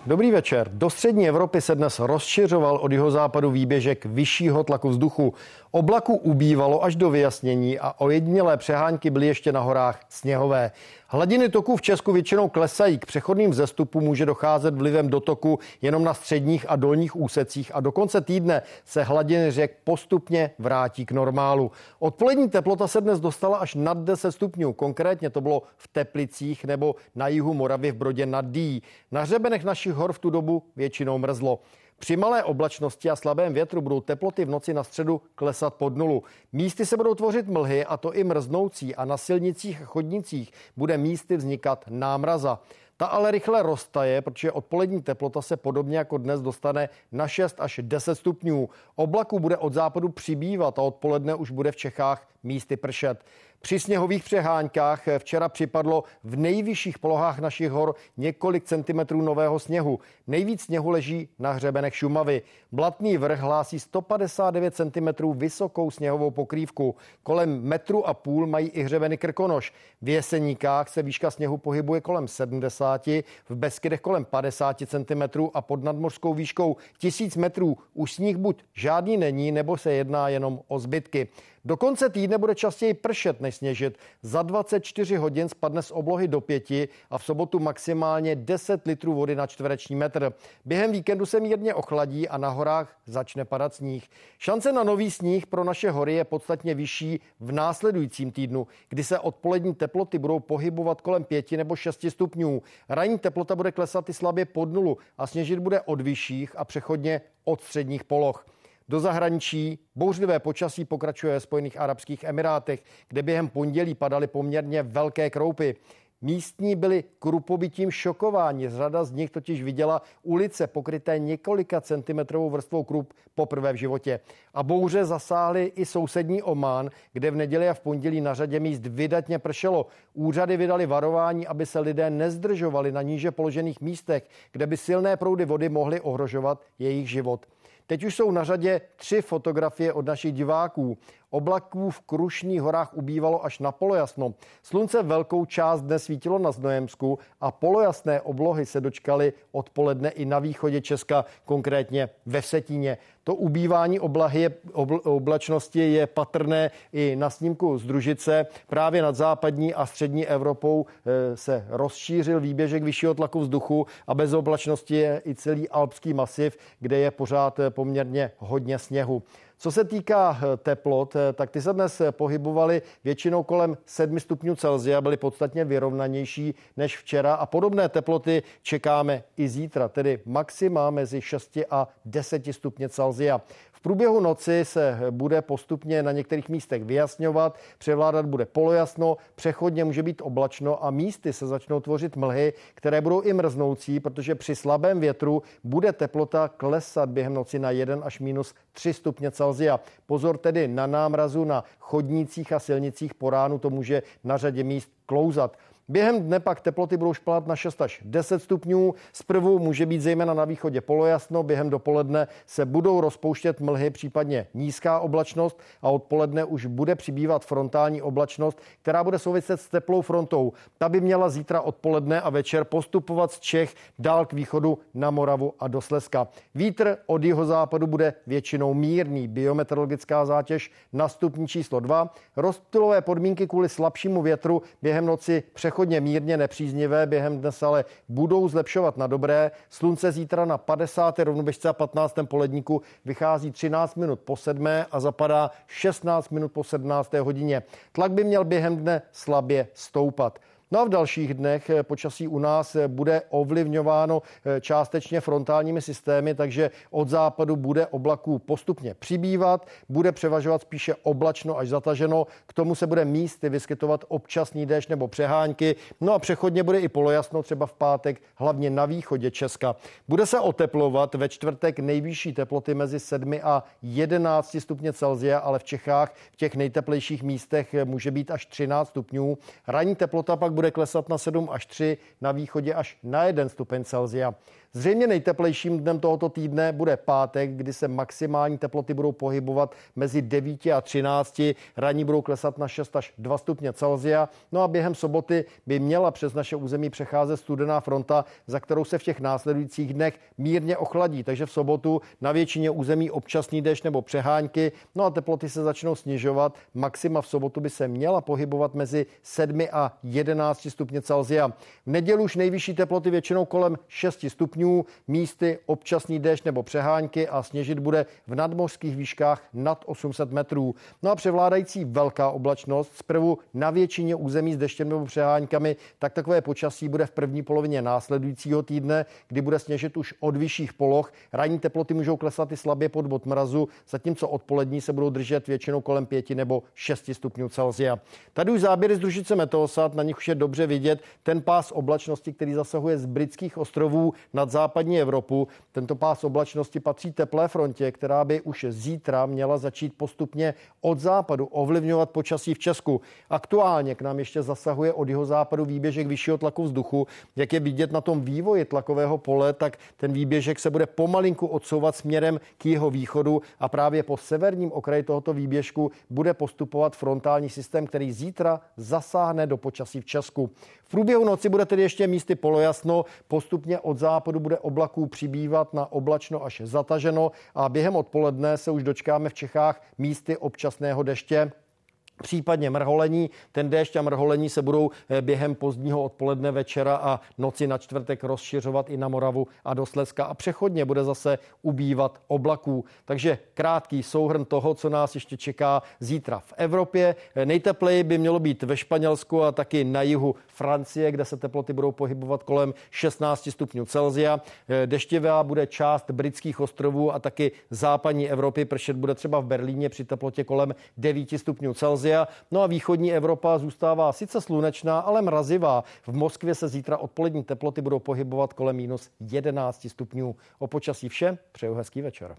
Dobrý večer. Do střední Evropy se dnes rozšiřoval od jihozápadu výběžek vyššího tlaku vzduchu. Oblaků ubývalo až do vyjasnění a ojedinělé přehánky byly ještě na horách sněhové. Hladiny toků v Česku většinou klesají. K přechodným vzestupům může docházet vlivem dotoku jenom na středních a dolních úsecích a do konce týdne se hladiny řek postupně vrátí k normálu. Odpolední teplota se dnes dostala až nad 10 stupňů. Konkrétně to bylo v Teplicích nebo na jihu Moravy v Brodě nad Dyjí. Na hřebenech našich hor v tu dobu většinou mrzlo. Při malé oblačnosti a slabém větru budou teploty v noci na středu klesat pod nulu. Místy se budou tvořit mlhy, a to i mrznoucí, a na silnicích a chodnicích bude místy vznikat námraza. Ta ale rychle roztaje, protože odpolední teplota se podobně jako dnes dostane na 6 až 10 stupňů. Oblaků bude od západu přibývat a odpoledne už bude v Čechách místy pršet. Při sněhových přeháňkách včera připadlo v nejvyšších polohách našich hor několik centimetrů nového sněhu. Nejvíc sněhu leží na hřebenech Šumavy. Blatný vrch hlásí 159 centimetrů vysokou sněhovou pokrývku. Kolem 1,5 m mají i hřebeny Krkonoš. V Jeseníkách se výška sněhu pohybuje kolem 70, v Beskydech kolem 50 centimetrů a pod nadmořskou výškou 1000 metrů už sníh buď žádný není, nebo se jedná jenom o zbytky. Do konce týdne bude častěji pršet než sněžit. Za 24 hodin spadne z oblohy do 5 a v sobotu maximálně 10 litrů vody na čtvereční metr. Během víkendu se mírně ochladí a na horách začne padat sníh. Šance na nový sníh pro naše hory je podstatně vyšší v následujícím týdnu, kdy se odpolední teploty budou pohybovat kolem 5 nebo 6 stupňů. Ranní teplota bude klesat i slabě pod nulu a sněžit bude od vyšších a přechodně od středních poloh. Do zahraničí bouřlivé počasí pokračuje ve Spojených arabských emirátech, kde během pondělí padaly poměrně velké kroupy. Místní byli krupobytím šokováni. Řada z nich totiž viděla ulice pokryté několika centimetrovou vrstvou krup poprvé v životě. A bouře zasáhly i sousední Omán, kde v neděli a v pondělí na řadě míst vydatně pršelo. Úřady vydali varování, aby se lidé nezdržovali na níže položených místech, kde by silné proudy vody mohly ohrožovat jejich život. Teď už jsou na řadě 3 fotografie od našich diváků. Oblaků v Krušných horách ubývalo až na polojasno. Slunce velkou část dnes svítilo na Znojemsku a polojasné oblohy se dočkaly odpoledne i na východě Česka, konkrétně ve Vsetíně. To ubývání oblačnosti je patrné i na snímku z družice. Právě nad západní a střední Evropou se rozšířil výběžek vyššího tlaku vzduchu a bez oblačnosti je i celý alpský masiv, kde je pořád poměrně hodně sněhu. Co se týká teplot, tak ty se dnes pohybovaly většinou kolem 7 stupňů Celsia, byly podstatně vyrovnanější než včera a podobné teploty čekáme i zítra, tedy maxima mezi 6 a 10 stupně Celsia. V průběhu noci se bude postupně na některých místech vyjasňovat, převládat bude polojasno, přechodně může být oblačno a místy se začnou tvořit mlhy, které budou i mrznoucí, protože při slabém větru bude teplota klesat během noci na 1 až -3 stupně Celsia. Pozor tedy na námrazu na chodnících a silnicích, po ránu to může na řadě míst klouzat. Během dne pak teploty budou šplhat na 6 až 10 stupňů. Zprvu může být zejména na východě polojasno, během dopoledne se budou rozpouštět mlhy, případně nízká oblačnost a odpoledne už bude přibývat frontální oblačnost, která bude souviset s teplou frontou. Ta by měla zítra odpoledne a večer postupovat z Čech dál k východu na Moravu a do Slezska. Vítr od jihozápadu bude většinou mírný, biometeorologická zátěž na stupni číslo 2. Rozptylové podmínky kvůli slabšímu větru během noci přechodně mírně nepříznivé, během dnes ale budou zlepšovat na dobré. Slunce zítra na 50. rovnoběžce a 15. poledníku vychází 13 minut po 7. a zapadá 16 minut po 17. hodině. Tlak by měl během dne slabě stoupat. No a v dalších dnech počasí u nás bude ovlivňováno částečně frontálními systémy, takže od západu bude oblaků postupně přibývat, bude převažovat spíše oblačno až zataženo, k tomu se bude místy vyskytovat občasný déšť nebo přehánky, no a přechodně bude i polojasno třeba v pátek, hlavně na východě Česka. Bude se oteplovat, ve čtvrtek nejvyšší teploty mezi 7 a 11 stupně Celsia, ale v Čechách v těch nejteplejších místech může být až 13 stupňů. Ranní teplota pak bude klesat na 7 až 3, na východě až na 1 stupeň Celsia. Zřejmě nejteplejším dnem tohoto týdne bude pátek, kdy se maximální teploty budou pohybovat mezi 9 a 13, ranní budou klesat na 6 až 2 stupně Celsia. No a během soboty by měla přes naše území přecházet studená fronta, za kterou se v těch následujících dnech mírně ochladí. Takže v sobotu na většině území občasný déšť nebo přehánky, no a teploty se začnou snižovat. Maxima v sobotu by se měla pohybovat mezi 7 a 11 stupně Celsia. V neděli už nejvyšší teploty většinou kolem 6 stupňů, místy občasný déšť nebo přehánky a sněžit bude v nadmořských výškách nad 800 metrů. No a převládající velká oblačnost zprvu na většině území s deštěm nebo přeháňkami, tak takové počasí bude v první polovině následujícího týdne, kdy bude sněžit už od vyšších poloh. Ranní teploty můžou klesat i slabě pod bod mrazu, zatímco odpolední se budou držet většinou kolem 5 nebo 6 stupňů Celsia. Tady už záběry z družice Meteosat, na nich už je dobře vidět ten pás oblačnosti, který zasahuje z britských ostrovů nad západní Evropu. Tento pás oblačnosti patří teplé frontě, která by už zítra měla začít postupně od západu ovlivňovat počasí v Česku. Aktuálně k nám ještě zasahuje od jihozápadu výběžek vyššího tlaku vzduchu. Jak je vidět na tom vývoji tlakového pole, tak ten výběžek se bude pomalinku odsouvat směrem k jihovýchodu a právě po severním okraji tohoto výběžku bude postupovat frontální systém, který zítra zasáhne do počasí v Česku. V průběhu noci bude tedy ještě místy polojasno, postupně od západu bude oblaků přibývat na oblačno až zataženo a během odpoledne se už dočkáme v Čechách místy občasného deště, případně mrholení. Ten déšť a mrholení se budou během pozdního odpoledne, večera a noci na čtvrtek rozšiřovat i na Moravu a do Slezska a přechodně bude zase ubývat oblaků. Takže krátký souhrn toho, co nás ještě čeká zítra v Evropě. Nejtepleji by mělo být ve Španělsku a taky na jihu Francie, kde se teploty budou pohybovat kolem 16 stupňů Celsia. Deštivá bude část britských ostrovů a taky západní Evropy. Pršet bude třeba v Berlíně při teplotě kolem 9 stupňů Celsia. No a východní Evropa zůstává sice slunečná, ale mrazivá. V Moskvě se zítra odpolední teploty budou pohybovat kolem minus 11 stupňů. O počasí vše, přeju hezký večer.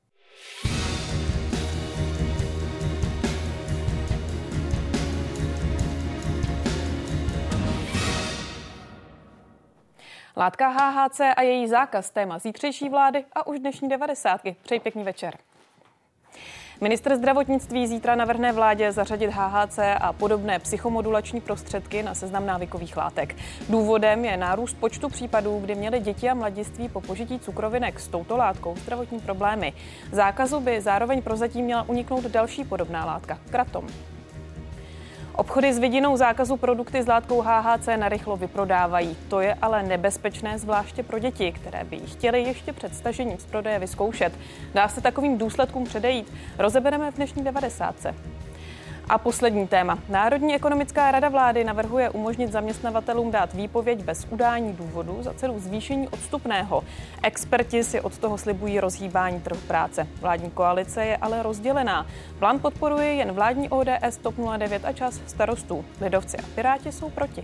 Látka HHC a její zákaz, téma zítřejší vlády a už dnešní 90. Přeji pěkný večer. Ministr zdravotnictví zítra navrhne vládě zařadit HHC a podobné psychomodulační prostředky na seznam návykových látek. Důvodem je nárůst počtu případů, kdy měly děti a mladiství po požití cukrovinek s touto látkou zdravotní problémy. Zákazu by zároveň prozatím měla uniknout další podobná látka – kratom. Obchody s vidinou zákazu produkty s látkou HHC narychlo vyprodávají. To je ale nebezpečné, zvláště pro děti, které by ji chtěly ještě před stažením z prodeje vyzkoušet. Dá se takovým důsledkům předejít? Rozebereme v dnešní 90. A poslední téma. Národní ekonomická rada vlády navrhuje umožnit zaměstnavatelům dát výpověď bez udání důvodu za cenu zvýšení odstupného. Experti si od toho slibují rozhýbání trhu práce. Vládní koalice je ale rozdělená. Plán podporuje jen vládní ODS, TOP 09 a část starostů. Lidovci a Piráti jsou proti.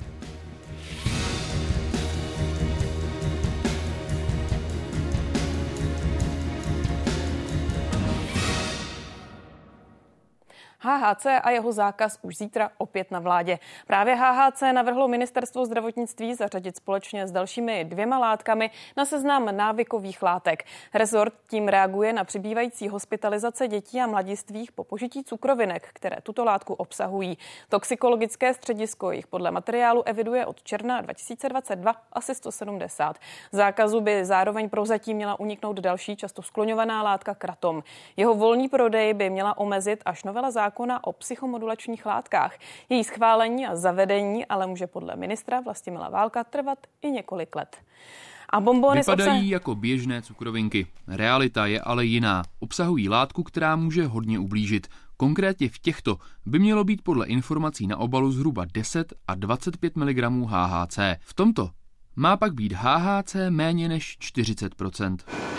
HHC a jeho zákaz už zítra opět na vládě. Právě HHC navrhlo ministerstvo zdravotnictví zařadit společně s dalšími 2 látkami na seznam návykových látek. Rezort tím reaguje na přibývající hospitalizace dětí a mladistvých po požití cukrovinek, které tuto látku obsahují. Toxikologické středisko jich podle materiálu eviduje od června 2022 asi 170. Zákazu by zároveň prozatím měla uniknout další často skloňovaná látka kratom. Jeho volný prodej by měla omezit až novela zákona o psychomodulačních látkách. Její schválení a zavedení ale může podle ministra Vlastimila Válka trvat i několik let. A bonbony vypadají jako běžné cukrovinky. Realita je ale jiná. Obsahují látku, která může hodně ublížit. Konkrétně v těchto by mělo být podle informací na obalu zhruba 10 a 25 mg HHC. V tomto má pak být HHC méně než 40%.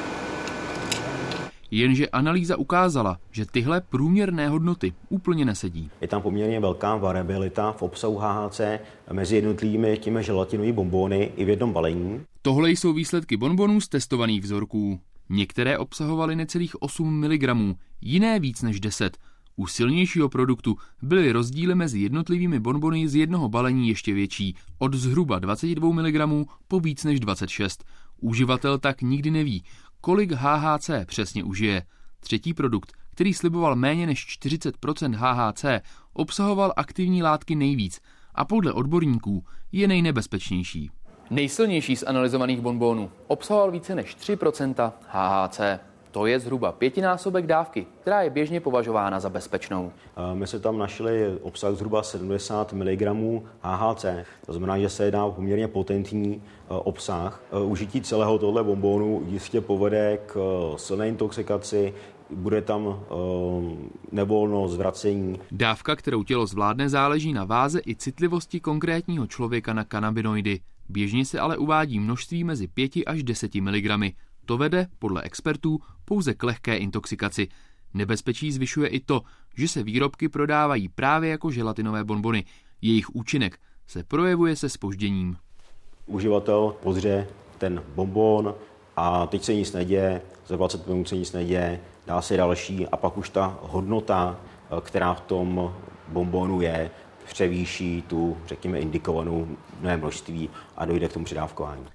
Jenže analýza ukázala, že tyhle průměrné hodnoty úplně nesedí. Je tam poměrně velká variabilita v obsahu HHC mezi jednotlivými těmi želatinovými bonbony i v jednom balení. Tohle jsou výsledky bonbonů z testovaných vzorků. Některé obsahovaly necelých 8 mg, jiné víc než 10. U silnějšího produktu byly rozdíly mezi jednotlivými bonbony z jednoho balení ještě větší, od zhruba 22 mg po víc než 26. Uživatel tak nikdy neví, kolik HHC přesně užije. Třetí produkt, který sliboval méně než 40% HHC, obsahoval aktivní látky nejvíc a podle odborníků je nejnebezpečnější. Nejsilnější z analyzovaných bonbonů obsahoval více než 3% HHC. To je zhruba 5násobek dávky, která je běžně považována za bezpečnou. My se tam našli obsah zhruba 70 mg HHC. To znamená, že se jedná o poměrně potentní obsah. Užití celého tohle bonbonu jistě povede k silné intoxikaci, bude tam nevolnost, zvracení. Dávka, kterou tělo zvládne, záleží na váze i citlivosti konkrétního člověka na kanabinoidy. Běžně se ale uvádí množství mezi 5 až 10 mg. To vede, podle expertů, pouze k lehké intoxikaci. Nebezpečí zvyšuje i to, že se výrobky prodávají právě jako želatinové bonbony. Jejich účinek se projevuje se zpožděním. Uživatel pozře ten bonbon a teď se nic neděje, za 20 minut se nic neděje, dá si další a pak už ta hodnota, která v tom bonbonu je, převýší tu, řekněme, indikovanou množství a dojde k tomu přidávkování.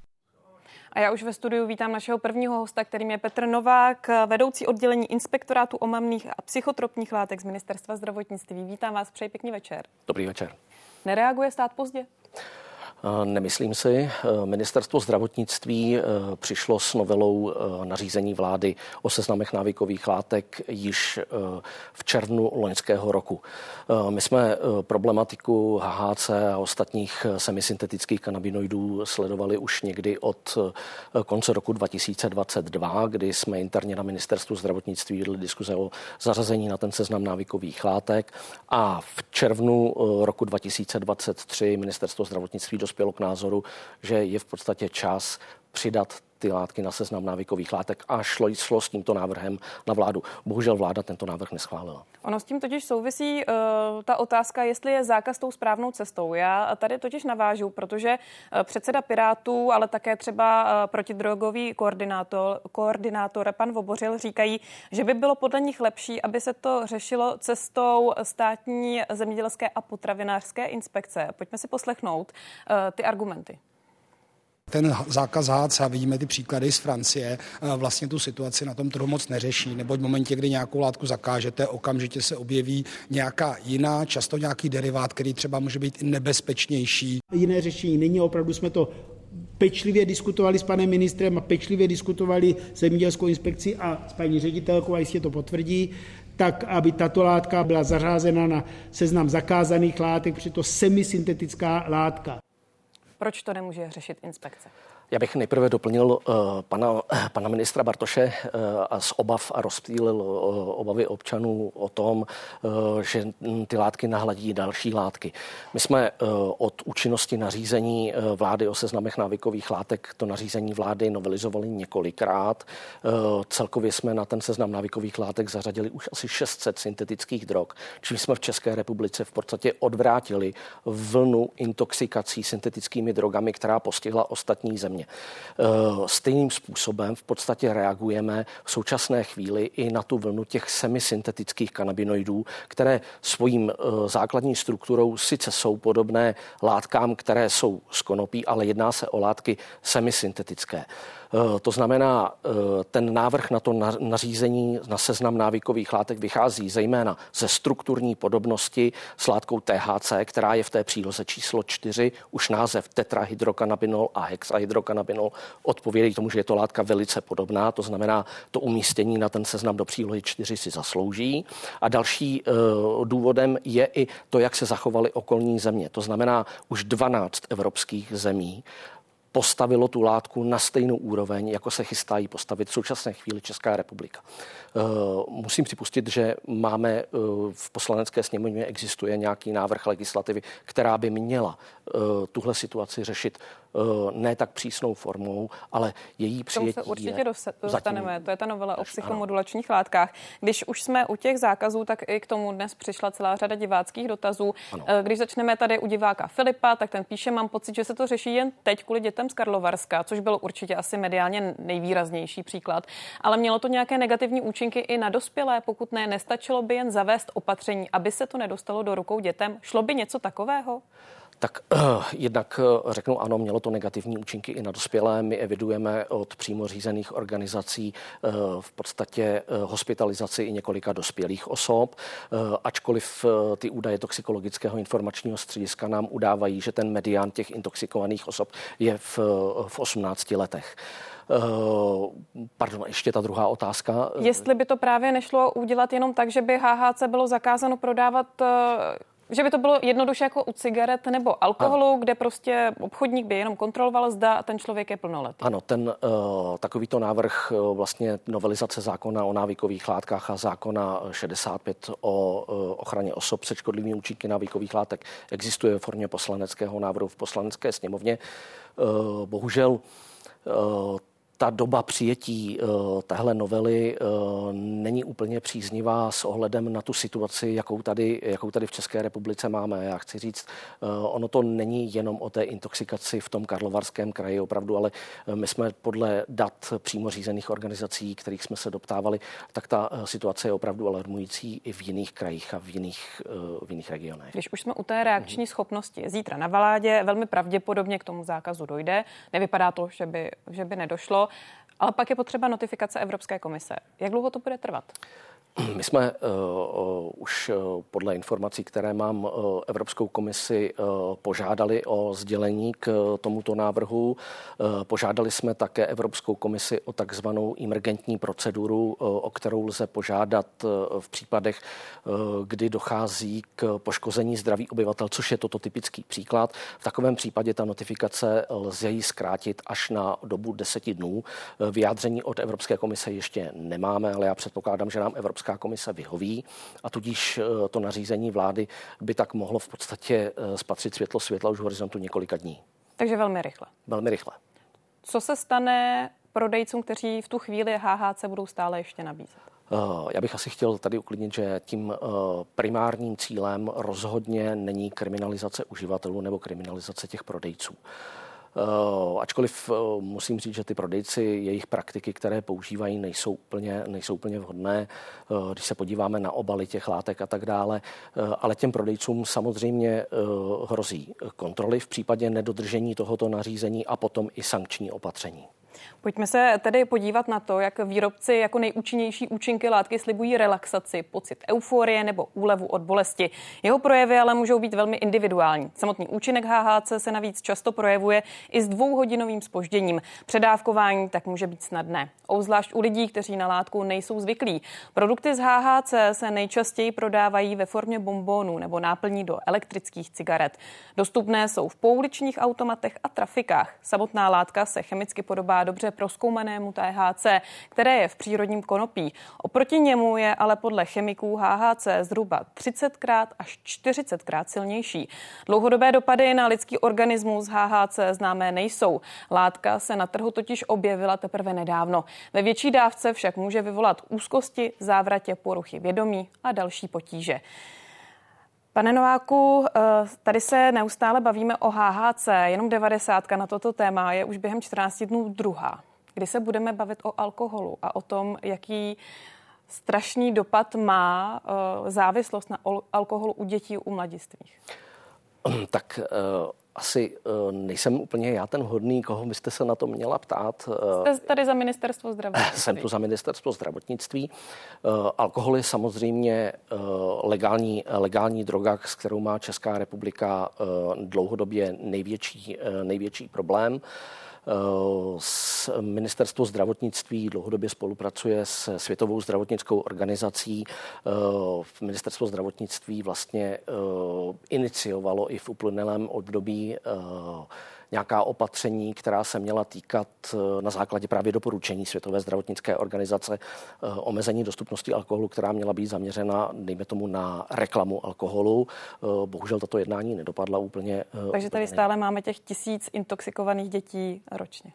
A já už ve studiu vítám našeho prvního hosta, kterým je Petr Novák, vedoucí oddělení Inspektorátu omamných a psychotropních látek z Ministerstva zdravotnictví. Vítám vás, přeji pěkný večer. Dobrý večer. Nereaguje stát pozdě? Nemyslím si. Ministerstvo zdravotnictví přišlo s novelou nařízení vlády o seznamech návykových látek již v červnu loňského roku. My jsme problematiku HHC a ostatních semisyntetických kanabinoidů sledovali už někdy od konce roku 2022, kdy jsme interně na Ministerstvu zdravotnictví vedli diskuze o zařazení na ten seznam návykových látek a v červnu roku 2023 Ministerstvo zdravotnictví dospělo k názoru, že je v podstatě čas přidat ty látky na seznam návykových látek a šlo s tímto návrhem na vládu. Bohužel vláda tento návrh neschválila. Ono s tím totiž souvisí ta otázka, jestli je zákaz tou správnou cestou. Já tady totiž navážu, protože předseda Pirátů, ale také třeba protidrogový koordinátor pan Vobořil říkají, že by bylo podle nich lepší, aby se to řešilo cestou státní zemědělské a potravinářské inspekce. Pojďme si poslechnout ty argumenty. Ten zákaz HHC, a vidíme ty příklady z Francie, vlastně tu situaci na tom trhu moc neřeší, neboť v momentě, kdy nějakou látku zakážete, okamžitě se objeví nějaká jiná, často nějaký derivát, který třeba může být i nebezpečnější. Jiné řešení není, opravdu jsme to pečlivě diskutovali s panem ministrem a pečlivě diskutovali s zemědělskou inspekcí a s paní ředitelkou, a jistě to potvrdí, tak aby tato látka byla zařazena na seznam zakázaných látek, protože to semysyntetická látka. Proč to nemůže řešit inspekce? Já bych nejprve doplnil pana ministra Bartoše z obav a rozptýlil obavy občanů o tom, že ty látky nahladí další látky. My jsme od účinnosti nařízení vlády o seznamech návykových látek to nařízení vlády novelizovali několikrát. Celkově jsme na ten seznam návykových látek zařadili už asi 600 syntetických drog, čím jsme v České republice v podstatě odvrátili vlnu intoxikací syntetickými drogami, která postihla ostatní země. Stejným způsobem v podstatě reagujeme v současné chvíli i na tu vlnu těch semisyntetických kanabinoidů, které svým základní strukturou sice jsou podobné látkám, které jsou z konopí, ale jedná se o látky semisyntetické. To znamená, ten návrh na to nařízení na seznam návykových látek vychází zejména ze strukturní podobnosti s látkou THC, která je v té příloze číslo 4. Už název tetrahydrokanabinol a hexahydrokanabinol odpovídají tomu, že je to látka velice podobná. To znamená, to umístění na ten seznam do přílohy 4 si zaslouží. A další důvodem je i to, jak se zachovaly okolní země. To znamená, už 12 evropských zemí postavilo tu látku na stejnou úroveň, jako se chystá jí postavit v současné chvíli Česká republika. Musím připustit, že máme v Poslanecké sněmovně existuje nějaký návrh legislativy, která by měla tuhle situaci řešit ne tak přísnou formou, ale její přijetí. Tomu se určitě dostaneme. To je ta novela o psychomodulačních látkách. Když už jsme u těch zákazů, tak i k tomu dnes přišla celá řada diváckých dotazů. Ano. Když začneme tady u diváka Filipa, tak ten píše, mám pocit, že se to řeší jen teď kvůli dětem z Karlovarska, což byl určitě asi mediálně nejvýraznější příklad. Ale mělo to nějaké negativní účinky i na dospělé? Pokud ne, nestačilo by jen zavést opatření, aby se to nedostalo do rukou dětem? Šlo by něco takového? Tak jednak řeknu ano, mělo to negativní účinky i na dospělé. My evidujeme od přímo řízených organizací v podstatě hospitalizaci i několika dospělých osob, ačkoliv ty údaje toxikologického informačního střediska nám udávají, že ten medián těch intoxikovaných osob je v 18 letech. Pardon, ještě ta druhá otázka. Jestli by to právě nešlo udělat jenom tak, že by HHC bylo zakázáno prodávat, že by to bylo jednoduše jako u cigaret nebo alkoholu, kde prostě obchodník by jenom kontroloval, zda ten člověk je plnoletý. Ano, takovýto návrh vlastně novelizace zákona o návykových látkách a zákona 65 o ochraně osob se škodlivými účinky návykových látek existuje ve formě poslaneckého návrhu v Poslanecké sněmovně. Bohužel ta doba přijetí téhle novely není úplně příznivá s ohledem na tu situaci, jakou tady v České republice máme. Já chci říct, ono to není jenom o té intoxikaci v tom Karlovarském kraji opravdu, ale my jsme podle dat přímo řízených organizací, kterých jsme se doptávali, tak ta situace je opravdu alarmující i v jiných krajích a v jiných regionech. Když už jsme u té reakční schopnosti, zítra na vládě velmi pravděpodobně k tomu zákazu dojde. Nevypadá to, že by nedošlo. Ale pak je potřeba notifikace Evropské komise. Jak dlouho to bude trvat? My jsme už podle informací, které mám, Evropskou komisi požádali o sdělení k tomuto návrhu. Požádali jsme také Evropskou komisi o takzvanou emergentní proceduru, o kterou lze požádat v případech, kdy dochází k poškození zdraví obyvatel, což je toto typický příklad. V takovém případě ta notifikace lze ji zkrátit až na dobu 10 dnů. Vyjádření od Evropské komise ještě nemáme, ale já předpokládám, že nám Evropská komise vyhoví a tudíž to nařízení vlády by tak mohlo v podstatě spatřit světla už v horizontu několika dní. Takže velmi rychle. Velmi rychle. Co se stane prodejcům, kteří v tu chvíli HHC budou stále ještě nabízet? Já bych asi chtěl tady uklidnit, že tím primárním cílem rozhodně není kriminalizace uživatelů nebo kriminalizace těch prodejců. Ačkoliv musím říct, že ty prodejci, jejich praktiky, které používají, nejsou úplně vhodné, když se podíváme na obaly těch látek a tak dále, ale těm prodejcům samozřejmě hrozí kontroly v případě nedodržení tohoto nařízení a potom i sankční opatření. Pojďme se tedy podívat na to, jak výrobci jako nejúčinnější účinky látky slibují relaxaci, pocit euforie nebo úlevu od bolesti. Jeho projevy ale můžou být velmi individuální. Samotný účinek HHC se navíc často projevuje i s 2hodinovým zpožděním. Předávkování tak může být snadné, obzvlášť u lidí, kteří na látku nejsou zvyklí. Produkty z HHC se nejčastěji prodávají ve formě bonbonů nebo náplní do elektrických cigaret. Dostupné jsou v pouličních automatech a trafikách. Samotná látka se chemicky podobá dobře prozkoumanému THC, které je v přírodním konopí. Oproti němu je ale podle chemiků HHC zhruba 30krát až 40krát silnější. Dlouhodobé dopady na lidský organismus HHC známé nejsou. Látka se na trhu totiž objevila teprve nedávno. Ve větší dávce však může vyvolat úzkosti, závratě, poruchy vědomí a další potíže. Pane Nováku, tady se neustále bavíme o HHC, jenom 90 na toto téma je už během 14 dnů druhá. Kdy se budeme bavit o alkoholu a o tom, jaký strašný dopad má závislost na alkoholu u dětí, u mladistvých? Tak asi nejsem úplně já ten vhodný, koho byste se na to měla ptát. Jste tady za ministerstvo zdravotnictví. Jsem tu za ministerstvo zdravotnictví. Alkohol je samozřejmě legální droga, s kterou má Česká republika dlouhodobě největší problém. Ministerstvo zdravotnictví dlouhodobě spolupracuje s Světovou zdravotnickou organizací. Ministerstvo zdravotnictví vlastně iniciovalo i v uplynulém období nějaká opatření, která se měla týkat na základě právě doporučení Světové zdravotnické organizace omezení dostupnosti alkoholu, která měla být zaměřena, dejme tomu, na reklamu alkoholu. Bohužel tato jednání nedopadla úplně. Takže tady stále máme těch 1000 intoxikovaných dětí ročně.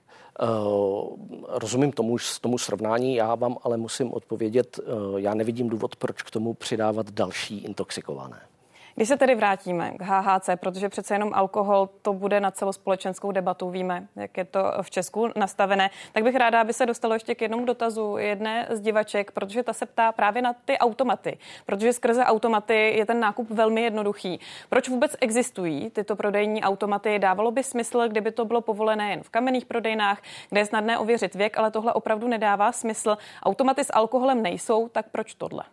Rozumím tomu srovnání, já vám ale musím odpovědět, já nevidím důvod, proč k tomu přidávat další intoxikované. Když se tedy vrátíme k HHC, protože přece jenom alkohol to bude na celospolečenskou debatu, víme, jak je to v Česku nastavené, tak bych ráda, aby se dostalo ještě k jednomu dotazu jedné z divaček, protože ta se ptá právě na ty automaty, protože skrze automaty je ten nákup velmi jednoduchý. Proč vůbec existují tyto prodejní automaty? Dávalo by smysl, kdyby to bylo povolené jen v kamenných prodejnách, kde je snadné ověřit věk, ale tohle opravdu nedává smysl. Automaty s alkoholem nejsou, tak proč tohle?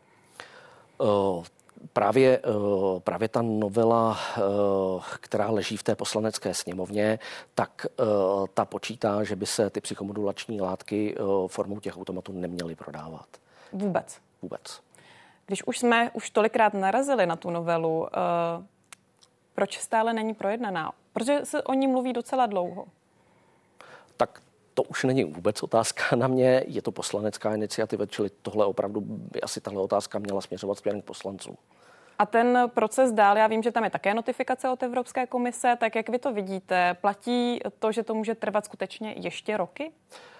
Právě ta novela, která leží v té poslanecké sněmovně, tak ta počítá, že by se ty psychomodulační látky formou těch automatů neměly prodávat. Vůbec. Když už jsme tolikrát narazili na tu novelu, proč stále není projednaná? Protože se o ní mluví docela dlouho. Tak to už není vůbec otázka na mě, je to poslanecká iniciativa, čili tohle opravdu by asi tahle otázka měla směřovat směrem k poslancům. A ten proces dál, já vím, že tam je také notifikace od Evropské komise, tak jak vy to vidíte, platí to, že to může trvat skutečně ještě roky?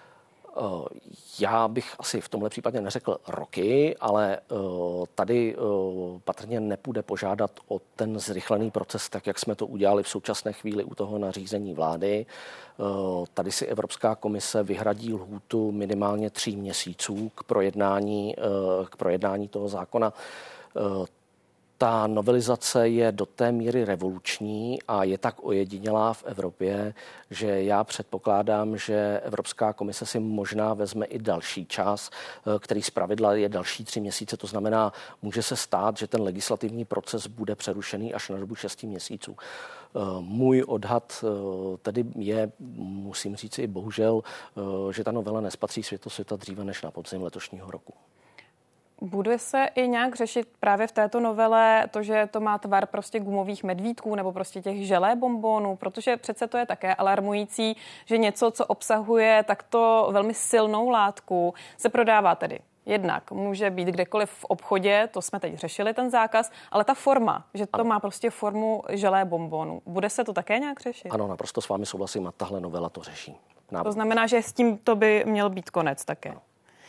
Já bych asi v tomhle případě neřekl roky, ale tady patrně nepůjde požádat o ten zrychlený proces, tak jak jsme to udělali v současné chvíli u toho nařízení vlády. Tady si Evropská komise vyhradí lhůtu minimálně 3 měsíců k projednání toho zákona. Ta novelizace je do té míry revoluční a je tak ojedinělá v Evropě, že já předpokládám, že Evropská komise si možná vezme i další čas, který zpravidla je další 3 měsíce. To znamená, může se stát, že ten legislativní proces bude přerušený až na dobu 6 měsíců. Můj odhad tedy je, musím říct i bohužel, že ta novela nespatří světlo světa dříve než na podzim letošního roku. Bude se i nějak řešit právě v této novele to, že to má tvar prostě gumových medvídků nebo prostě těch želé bonbonů, protože přece to je také alarmující, že něco, co obsahuje takto velmi silnou látku, se prodává tedy. Jednak může být kdekoliv v obchodě, to jsme teď řešili ten zákaz, ale ta forma, že to má prostě formu želé bonbonu. Bude se to také nějak řešit? Ano, naprosto s vámi souhlasím a tahle novela to řeší. To znamená, že s tím to by měl být konec také. Ano.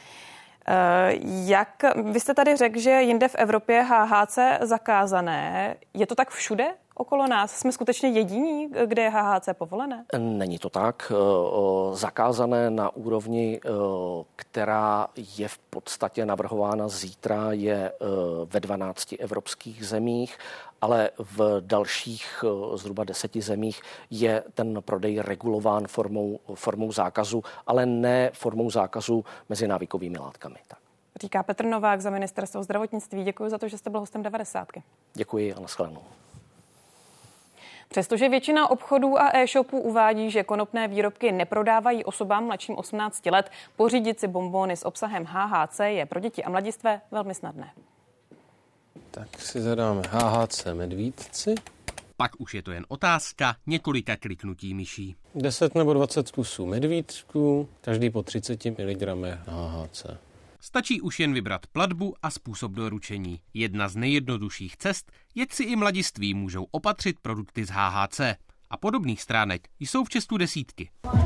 Jak vy jste tady řekl, že jinde v Evropě HHC zakázané, je to tak všude okolo nás? Jsme skutečně jediní, kde je HHC povolené? Není to tak. Zakázané na úrovni, která je v podstatě navrhována zítra, je ve 12 evropských zemích, ale v dalších zhruba 10 zemích je ten prodej regulován formou zákazu, ale ne formou zákazu mezi návykovými látkami. Tak. Říká Petr Novák za Ministerstvo zdravotnictví. Děkuji za to, že jste byl hostem 90. Děkuji a nashledanou. Přestože většina obchodů a e-shopů uvádí, že konopné výrobky neprodávají osobám mladším 18 let, pořídit si bonbony s obsahem HHC je pro děti a mladistvé velmi snadné. Tak si zadáme HHC medvídci. Pak už je to jen otázka několika kliknutí myší. 10 nebo 20 kusů medvídků, každý po 30 mg HHC. Stačí už jen vybrat platbu a způsob doručení. Jedna z nejjednodušších cest, jak si i mladiství můžou opatřit produkty z HHC. A podobných stránek jsou v Česku desítky.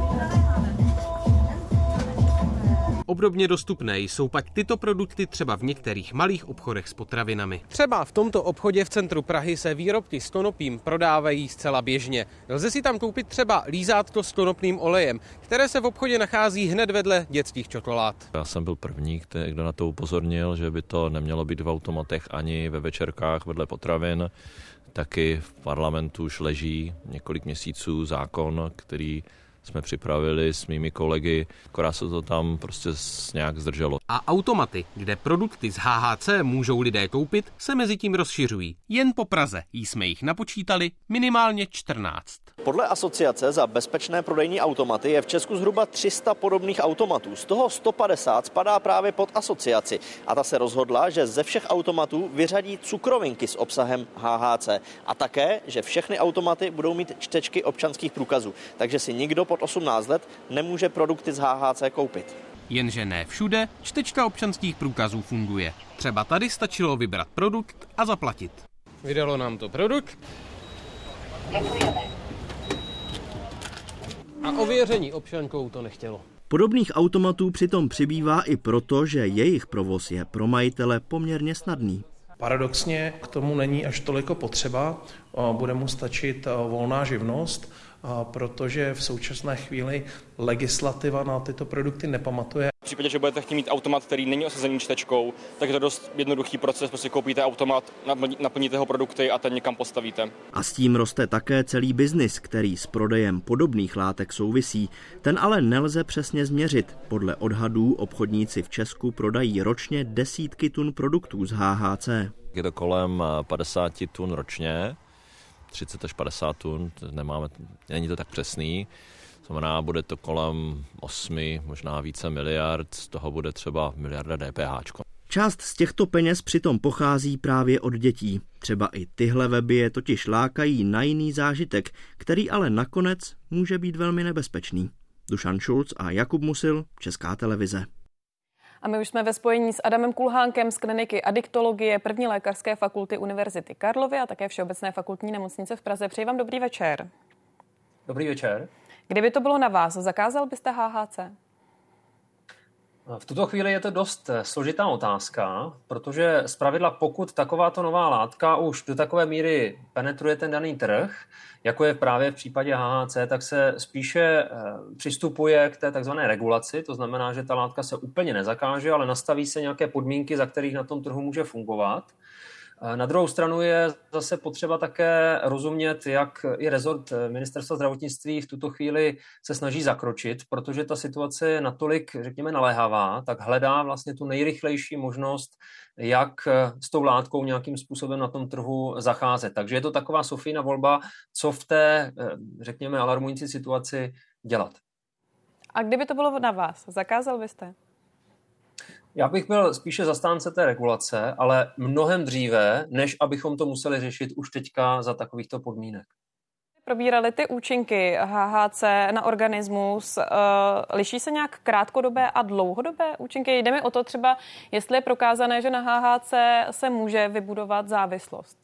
Obdobně dostupné jsou pak tyto produkty třeba v některých malých obchodech s potravinami. Třeba v tomto obchodě v centru Prahy se výrobky s konopím prodávají zcela běžně. Lze si tam koupit třeba lízátko s konopným olejem, které se v obchodě nachází hned vedle dětských čokolád. Já jsem byl první, kdo na to upozornil, že by to nemělo být v automatech ani ve večerkách vedle potravin. Taky v parlamentu už leží několik měsíců zákon, který jsme připravili s mými kolegy, akorát se to tam prostě nějak zdrželo. A automaty, kde produkty z HHC můžou lidé koupit, se mezi tím rozšiřují. Jen po Praze jsme jich napočítali minimálně 14. Podle Asociace za bezpečné prodejní automaty je v Česku zhruba 300 podobných automatů. Z toho 150 spadá právě pod asociaci. A ta se rozhodla, že ze všech automatů vyřadí cukrovinky s obsahem HHC. A také, že všechny automaty budou mít čtečky občanských průkazů. Takže si nikdo pod 18 let nemůže produkty z HHC koupit. Jenže ne všude čtečka občanských průkazů funguje. Třeba tady stačilo vybrat produkt a zaplatit. Vydalo nám to produkt. A ověření občankou to nechtělo. Podobných automatů přitom přibývá i proto, že jejich provoz je pro majitele poměrně snadný. Paradoxně k tomu není až toliko potřeba, bude mu stačit volná živnost, protože v současné chvíli legislativa na tyto produkty nepamatuje. V případě, že budete chtít mít automat, který není osazený čtečkou, tak je to dost jednoduchý proces, prostě koupíte automat, naplníte ho produkty a ten někam postavíte. A s tím roste také celý biznis, který s prodejem podobných látek souvisí. Ten ale nelze přesně změřit. Podle odhadů obchodníci v Česku prodají ročně desítky tun produktů z HHC. Je to kolem 50 tun ročně, 30 až 50 tun, není to tak přesný. Znamená, bude to kolem 8, možná více miliard, z toho bude třeba miliarda DPH. Část z těchto peněz přitom pochází právě od dětí. Třeba i tyhle weby je totiž lákají na jiný zážitek, který ale nakonec může být velmi nebezpečný. Dušan Šulc a Jakub Musil, Česká televize. A my už jsme ve spojení s Adamem Kulhánkem z kliniky adiktologie první lékařské fakulty Univerzity Karlovy a také Všeobecné fakultní nemocnice v Praze. Přeji vám dobrý večer. Dobrý večer. Kdyby to bylo na vás, zakázal byste HHC? V tuto chvíli je to dost složitá otázka, protože zpravidla pokud takováto nová látka už do takové míry penetruje ten daný trh, jako je právě v případě HHC, tak se spíše přistupuje k té takzvané regulaci, to znamená, že ta látka se úplně nezakáže, ale nastaví se nějaké podmínky, za kterých na tom trhu může fungovat. Na druhou stranu je zase potřeba také rozumět, jak i rezort Ministerstva zdravotnictví v tuto chvíli se snaží zakročit, protože ta situace je natolik, řekněme, naléhavá, tak hledá vlastně tu nejrychlejší možnost, jak s tou látkou nějakým způsobem na tom trhu zacházet. Takže je to taková Sofína volba, co v té, řekněme, alarmující situaci dělat. A kdyby to bylo na vás, zakázal byste? Já bych byl spíše zastánce té regulace, ale mnohem dříve, než abychom to museli řešit už teďka za takovýchto podmínek. Probírali ty účinky HHC na organismus. Liší se nějak krátkodobé a dlouhodobé účinky? Jde mi o to třeba, jestli je prokázané, že na HHC se může vybudovat závislost.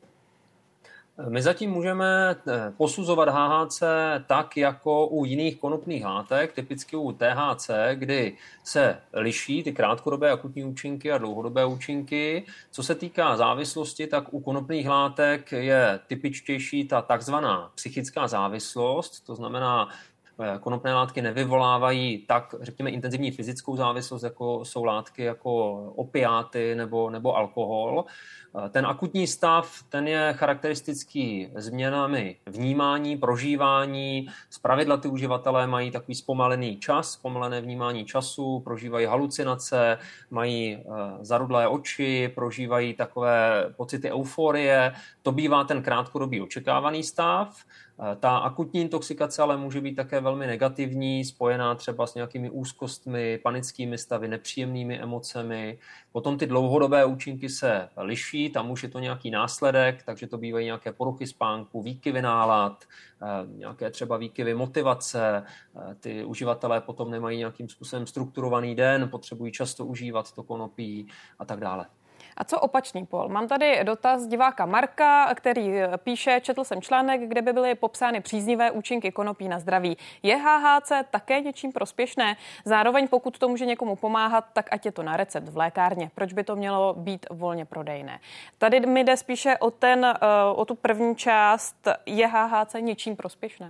My zatím můžeme posuzovat HHC tak, jako u jiných konopných látek, typicky u THC, kdy se liší ty krátkodobé akutní účinky a dlouhodobé účinky. Co se týká závislosti, tak u konopných látek je typičtější ta takzvaná psychická závislost, to znamená, konopné látky nevyvolávají tak, řekněme, intenzivní fyzickou závislost, jako jsou látky jako opiáty nebo alkohol. Ten akutní stav, ten je charakteristický změnami vnímání, prožívání. Zpravidla ty uživatelé mají takový zpomalený čas, zpomalené vnímání času, prožívají halucinace, mají zarudlé oči, prožívají takové pocity euforie. To bývá ten krátkodobý očekávaný stav. Ta akutní intoxikace ale může být také velmi negativní, spojená třeba s nějakými úzkostmi, panickými stavy, nepříjemnými emocemi. Potom ty dlouhodobé účinky se liší, tam už je to nějaký následek, takže to bývají nějaké poruchy spánku, výkyvy nálad, nějaké třeba výkyvy motivace. Ty uživatelé potom nemají nějakým způsobem strukturovaný den, potřebují často užívat to konopí a tak dále. A co opačný pól? Mám tady dotaz diváka Marka, který píše, četl jsem článek, kde by byly popsány příznivé účinky konopí na zdraví. Je HHC také něčím prospěšné? Zároveň pokud to může někomu pomáhat, tak ať je to na recept v lékárně. Proč by to mělo být volně prodejné? Tady mi jde spíše o tu první část. Je HHC něčím prospěšné?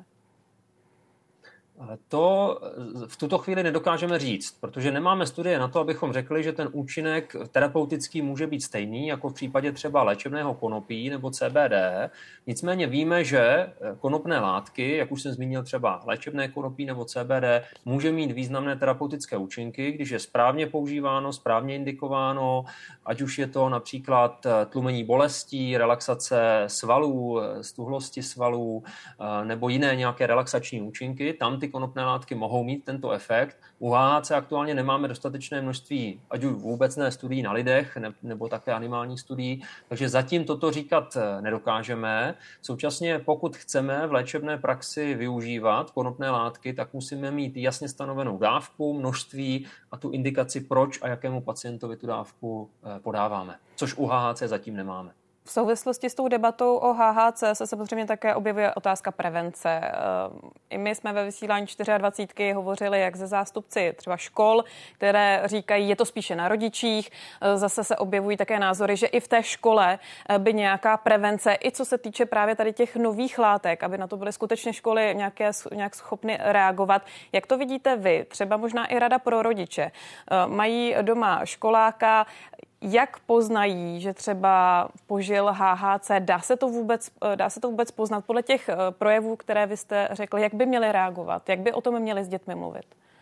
To v tuto chvíli nedokážeme říct, protože nemáme studie na to, abychom řekli, že ten účinek terapeutický může být stejný, jako v případě třeba léčebného konopí nebo CBD. Nicméně víme, že konopné látky, jak už jsem zmínil třeba léčebné konopí nebo CBD, může mít významné terapeutické účinky, když je správně používáno, správně indikováno, ať už je to například tlumení bolestí, relaxace svalů, stuhlosti svalů nebo jiné nějaké relaxační účinky. Tam ty konopné látky mohou mít tento efekt. U HHC aktuálně nemáme dostatečné množství, ať už vůbec ne studií na lidech, nebo také animálních studií, takže zatím toto říkat nedokážeme. Současně, pokud chceme v léčebné praxi využívat konopné látky, tak musíme mít jasně stanovenou dávku, množství a tu indikaci, proč a jakému pacientovi tu dávku podáváme, což u HHC zatím nemáme. V souvislosti s tou debatou o HHC se samozřejmě také objevuje otázka prevence. I my jsme ve vysílání 24 hovořili jak ze zástupci třeba škol, které říkají, je to spíše na rodičích. Zase se objevují také názory, že i v té škole by nějaká prevence, i co se týče právě tady těch nových látek, aby na to byly skutečně školy nějak schopny reagovat. Jak to vidíte vy? Třeba možná i rada pro rodiče. Mají doma školáka, jak poznají, že třeba požil HHC? Dá se to vůbec poznat podle těch projevů, které vy jste řekli? Jak by měli reagovat? Jak by o tom měli s dětmi mluvit?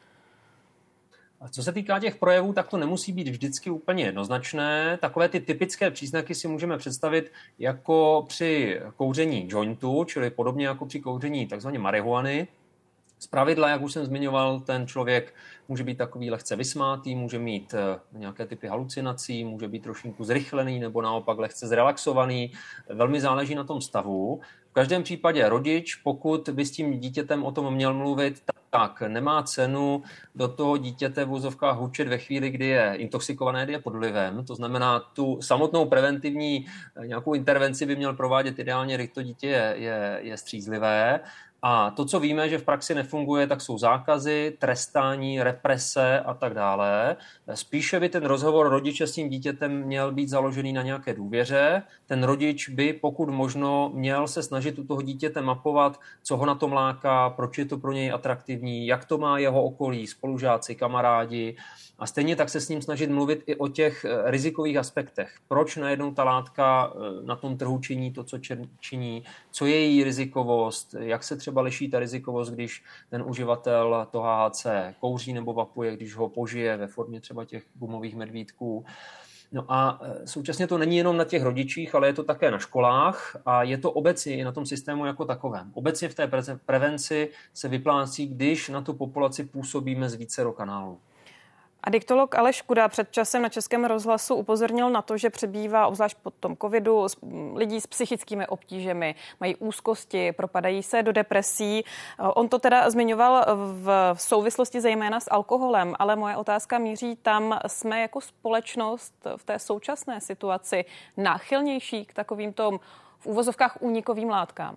Co se týká těch projevů, tak to nemusí být vždycky úplně jednoznačné. Takové ty typické příznaky si můžeme představit jako při kouření jointu, čili podobně jako při kouření takzvané marihuany. Zpravidla, jak už jsem zmiňoval, ten člověk může být takový lehce vysmátý, může mít nějaké typy halucinací, může být trošinku zrychlený nebo naopak lehce zrelaxovaný. Velmi záleží na tom stavu. V každém případě rodič, pokud by s tím dítětem o tom měl mluvit, tak nemá cenu do toho dítěte v úzovkách hučet ve chvíli, kdy je intoxikované, kdy je pod vlivem. To znamená, tu samotnou preventivní nějakou intervenci by měl provádět ideálně, když to dítě je střízlivé. A to, co víme, že v praxi nefunguje, tak jsou zákazy, trestání, represe a tak dále. Spíše by ten rozhovor rodiče s tím dítětem měl být založený na nějaké důvěře. Ten rodič by, pokud možno, měl se snažit u toho dítěte mapovat, co ho na tom láká, proč je to pro něj atraktivní, jak to má jeho okolí, spolužáci, kamarádi. A stejně tak se s ním snažit mluvit i o těch rizikových aspektech. Proč najednou ta látka na tom trhu činí to, co činí, co je její rizikovost, jak se třeba liší ta rizikovost, když ten uživatel to HHC kouří nebo vapuje, když ho požije ve formě třeba těch gumových medvídků. No a současně to není jenom na těch rodičích, ale je to také na školách a je to obecně i na tom systému jako takovém. Obecně v té prevenci se vyplácí, když na tu populaci působíme z vícero kanálů. Adiktolog Aleš Kuda před časem na Českém rozhlasu upozornil na to, že přibývá, obzvlášť po tom covidu, lidí s psychickými obtížemi, mají úzkosti, propadají se do depresí. On to teda zmiňoval v souvislosti zejména s alkoholem, ale moje otázka míří tam, jsme jako společnost v té současné situaci náchylnější k takovýmto v uvozovkách únikovým látkám.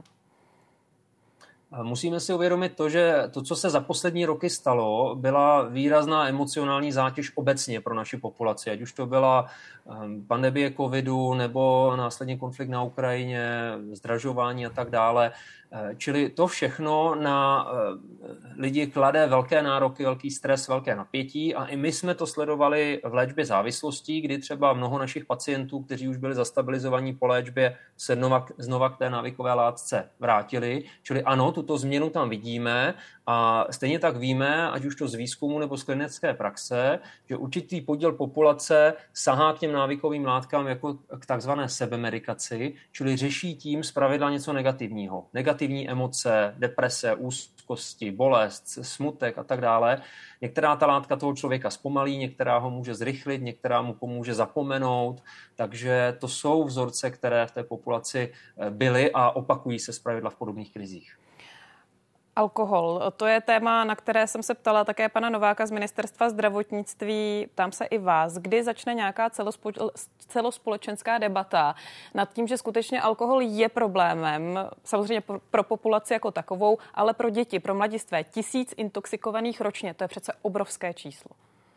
Musíme si uvědomit to, že to, co se za poslední roky stalo, byla výrazná emocionální zátěž obecně pro naši populaci. Ať už to byla pandemie covidu nebo následně konflikt na Ukrajině, zdražování a tak dále. Čili to všechno na lidi klade velké nároky, velký stres, velké napětí a i my jsme to sledovali v léčbě závislostí, kdy třeba mnoho našich pacientů, kteří už byli zastabilizovaní po léčbě, se znova k té návykové látce vrátili. Čili ano, tuto změnu tam vidíme a stejně tak víme, ať už to z výzkumu nebo z klinické praxe, že určitý podíl populace sahá k těm návykovým látkám jako k takzvané sebemedikaci, čili řeší tím zpravidla něco negativního. Negativní emoce, deprese, úzkosti, bolest, smutek a tak dále. Některá ta látka toho člověka zpomalí, některá ho může zrychlit, některá mu pomůže zapomenout, takže to jsou vzorce, které v té populaci byly a opakují se zpravidla v podobných krizích. Alkohol, to je téma, na které jsem se ptala také pana Nováka z Ministerstva zdravotnictví. Ptám se i vás, kdy začne nějaká celospolečenská debata nad tím, že skutečně alkohol je problémem, samozřejmě pro populaci jako takovou, ale pro děti, pro mladistvé. 1000 intoxikovaných ročně, to je přece obrovské číslo.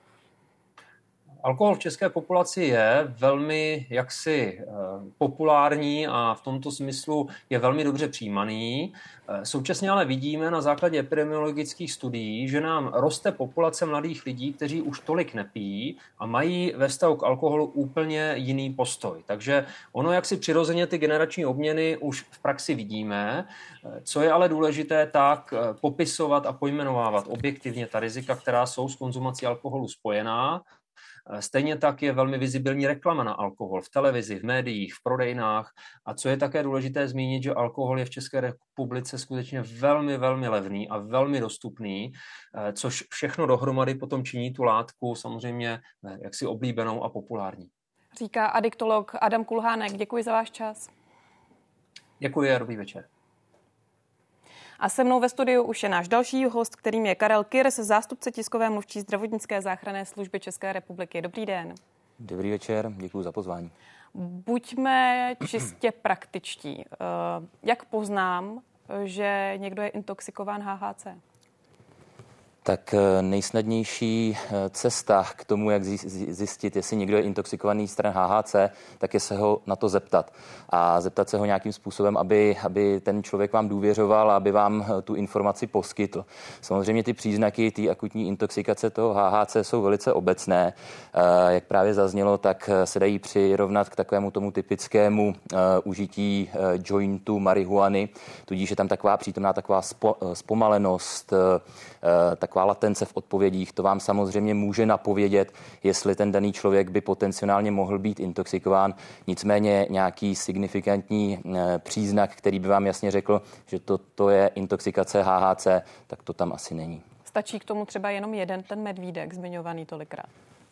Alkohol v české populaci je velmi jaksi populární a v tomto smyslu je velmi dobře přijímaný. Současně ale vidíme na základě epidemiologických studií, že nám roste populace mladých lidí, kteří už tolik nepijí a mají ve vztahu k alkoholu úplně jiný postoj. Takže ono jaksi přirozeně ty generační obměny už v praxi vidíme. Co je ale důležité, tak popisovat a pojmenovávat objektivně ta rizika, která jsou s konzumací alkoholu spojená. Stejně tak je velmi vizibilní reklama na alkohol v televizi, v médiích, v prodejnách. A co je také důležité zmínit, že alkohol je v České republice skutečně velmi, velmi levný a velmi dostupný, což všechno dohromady potom činí tu látku samozřejmě jaksi oblíbenou a populární. Říká adiktolog Adam Kulhánek. Děkuji za váš čas. Děkuji a dobrý večer. A se mnou ve studiu už je náš další host, kterým je Karel Kirš, zástupce tiskové mluvčí zdravotnické záchranné služby České republiky. Dobrý den. Dobrý večer, děkuji za pozvání. Buďme čistě praktičtí. Jak poznám, že někdo je intoxikován HHC? Tak nejsnadnější cesta k tomu, jak zjistit, jestli někdo je intoxikovaný stran HHC, tak je se ho na to zeptat. A zeptat se ho nějakým způsobem, aby ten člověk vám důvěřoval a aby vám tu informaci poskytl. Samozřejmě ty příznaky té akutní intoxikace toho HHC jsou velice obecné. Jak právě zaznělo, tak se dají přirovnat k takovému tomu typickému užití jointu, marihuany, tudíž je tam přítomná taková zpomalenost, taková latence v odpovědích. To vám samozřejmě může napovědět, jestli ten daný člověk by potenciálně mohl být intoxikován. Nicméně nějaký signifikantní příznak, který by vám jasně řekl, že to je intoxikace HHC, tak to tam asi není. Stačí k tomu třeba jenom jeden ten medvídek zmiňovaný tolikrát?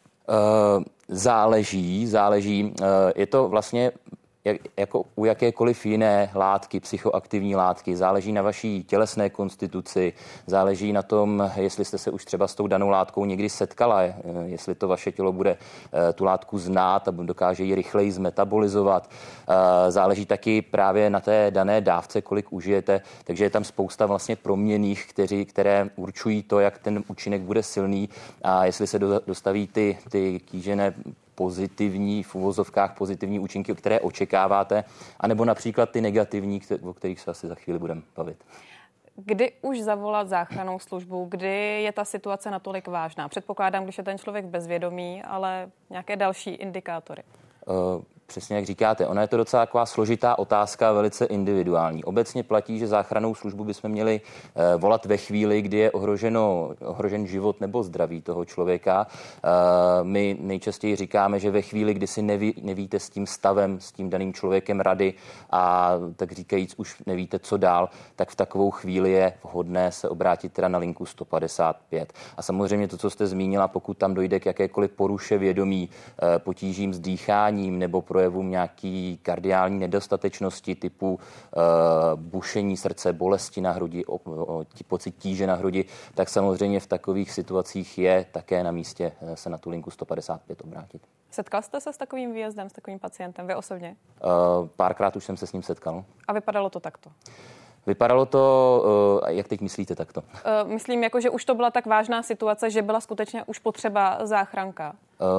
Záleží. Je to vlastně jako u jakékoliv jiné látky, psychoaktivní látky, záleží na vaší tělesné konstituci, záleží na tom, jestli jste se už třeba s tou danou látkou někdy setkala, jestli to vaše tělo bude tu látku znát a dokáže ji rychleji zmetabolizovat. Záleží taky právě na té dané dávce, kolik užijete, takže je tam spousta vlastně proměnných, které určují to, jak ten účinek bude silný a jestli se dostaví ty kýžené pozitivní, v uvozovkách pozitivní účinky, které očekáváte, anebo například ty negativní, o kterých se asi za chvíli budeme bavit. Kdy už zavolat záchrannou službu? Kdy je ta situace natolik vážná? Předpokládám, když je ten člověk bezvědomý, ale nějaké další indikátory? Přesně jak říkáte, ona je to docela taková složitá otázka, velice individuální. Obecně platí, že záchrannou službu bychom měli volat ve chvíli, kdy je ohrožen život nebo zdraví toho člověka. My nejčastěji říkáme, že ve chvíli, kdy si nevíte s tím stavem, s tím daným člověkem rady a tak říkajíc už nevíte, co dál, tak v takovou chvíli je vhodné se obrátit teda na linku 155. A samozřejmě to, co jste zmínila, pokud tam dojde k jakékoliv poruše vědomí, potížím s dýcháním nebo projevům nějaký kardiální nedostatečnosti typu bušení srdce, bolesti na hrudi, pocit tíže na hrudi, tak samozřejmě v takových situacích je také na místě se na tu linku 155 obrátit. Setkal jste se s takovým výjezdem, s takovým pacientem, vy osobně? Párkrát už jsem se s ním setkal. A vypadalo to takto? Vypadalo to, jak teď myslíte takto? Myslím, jako, že už to byla tak vážná situace, že byla skutečně už potřeba záchranka.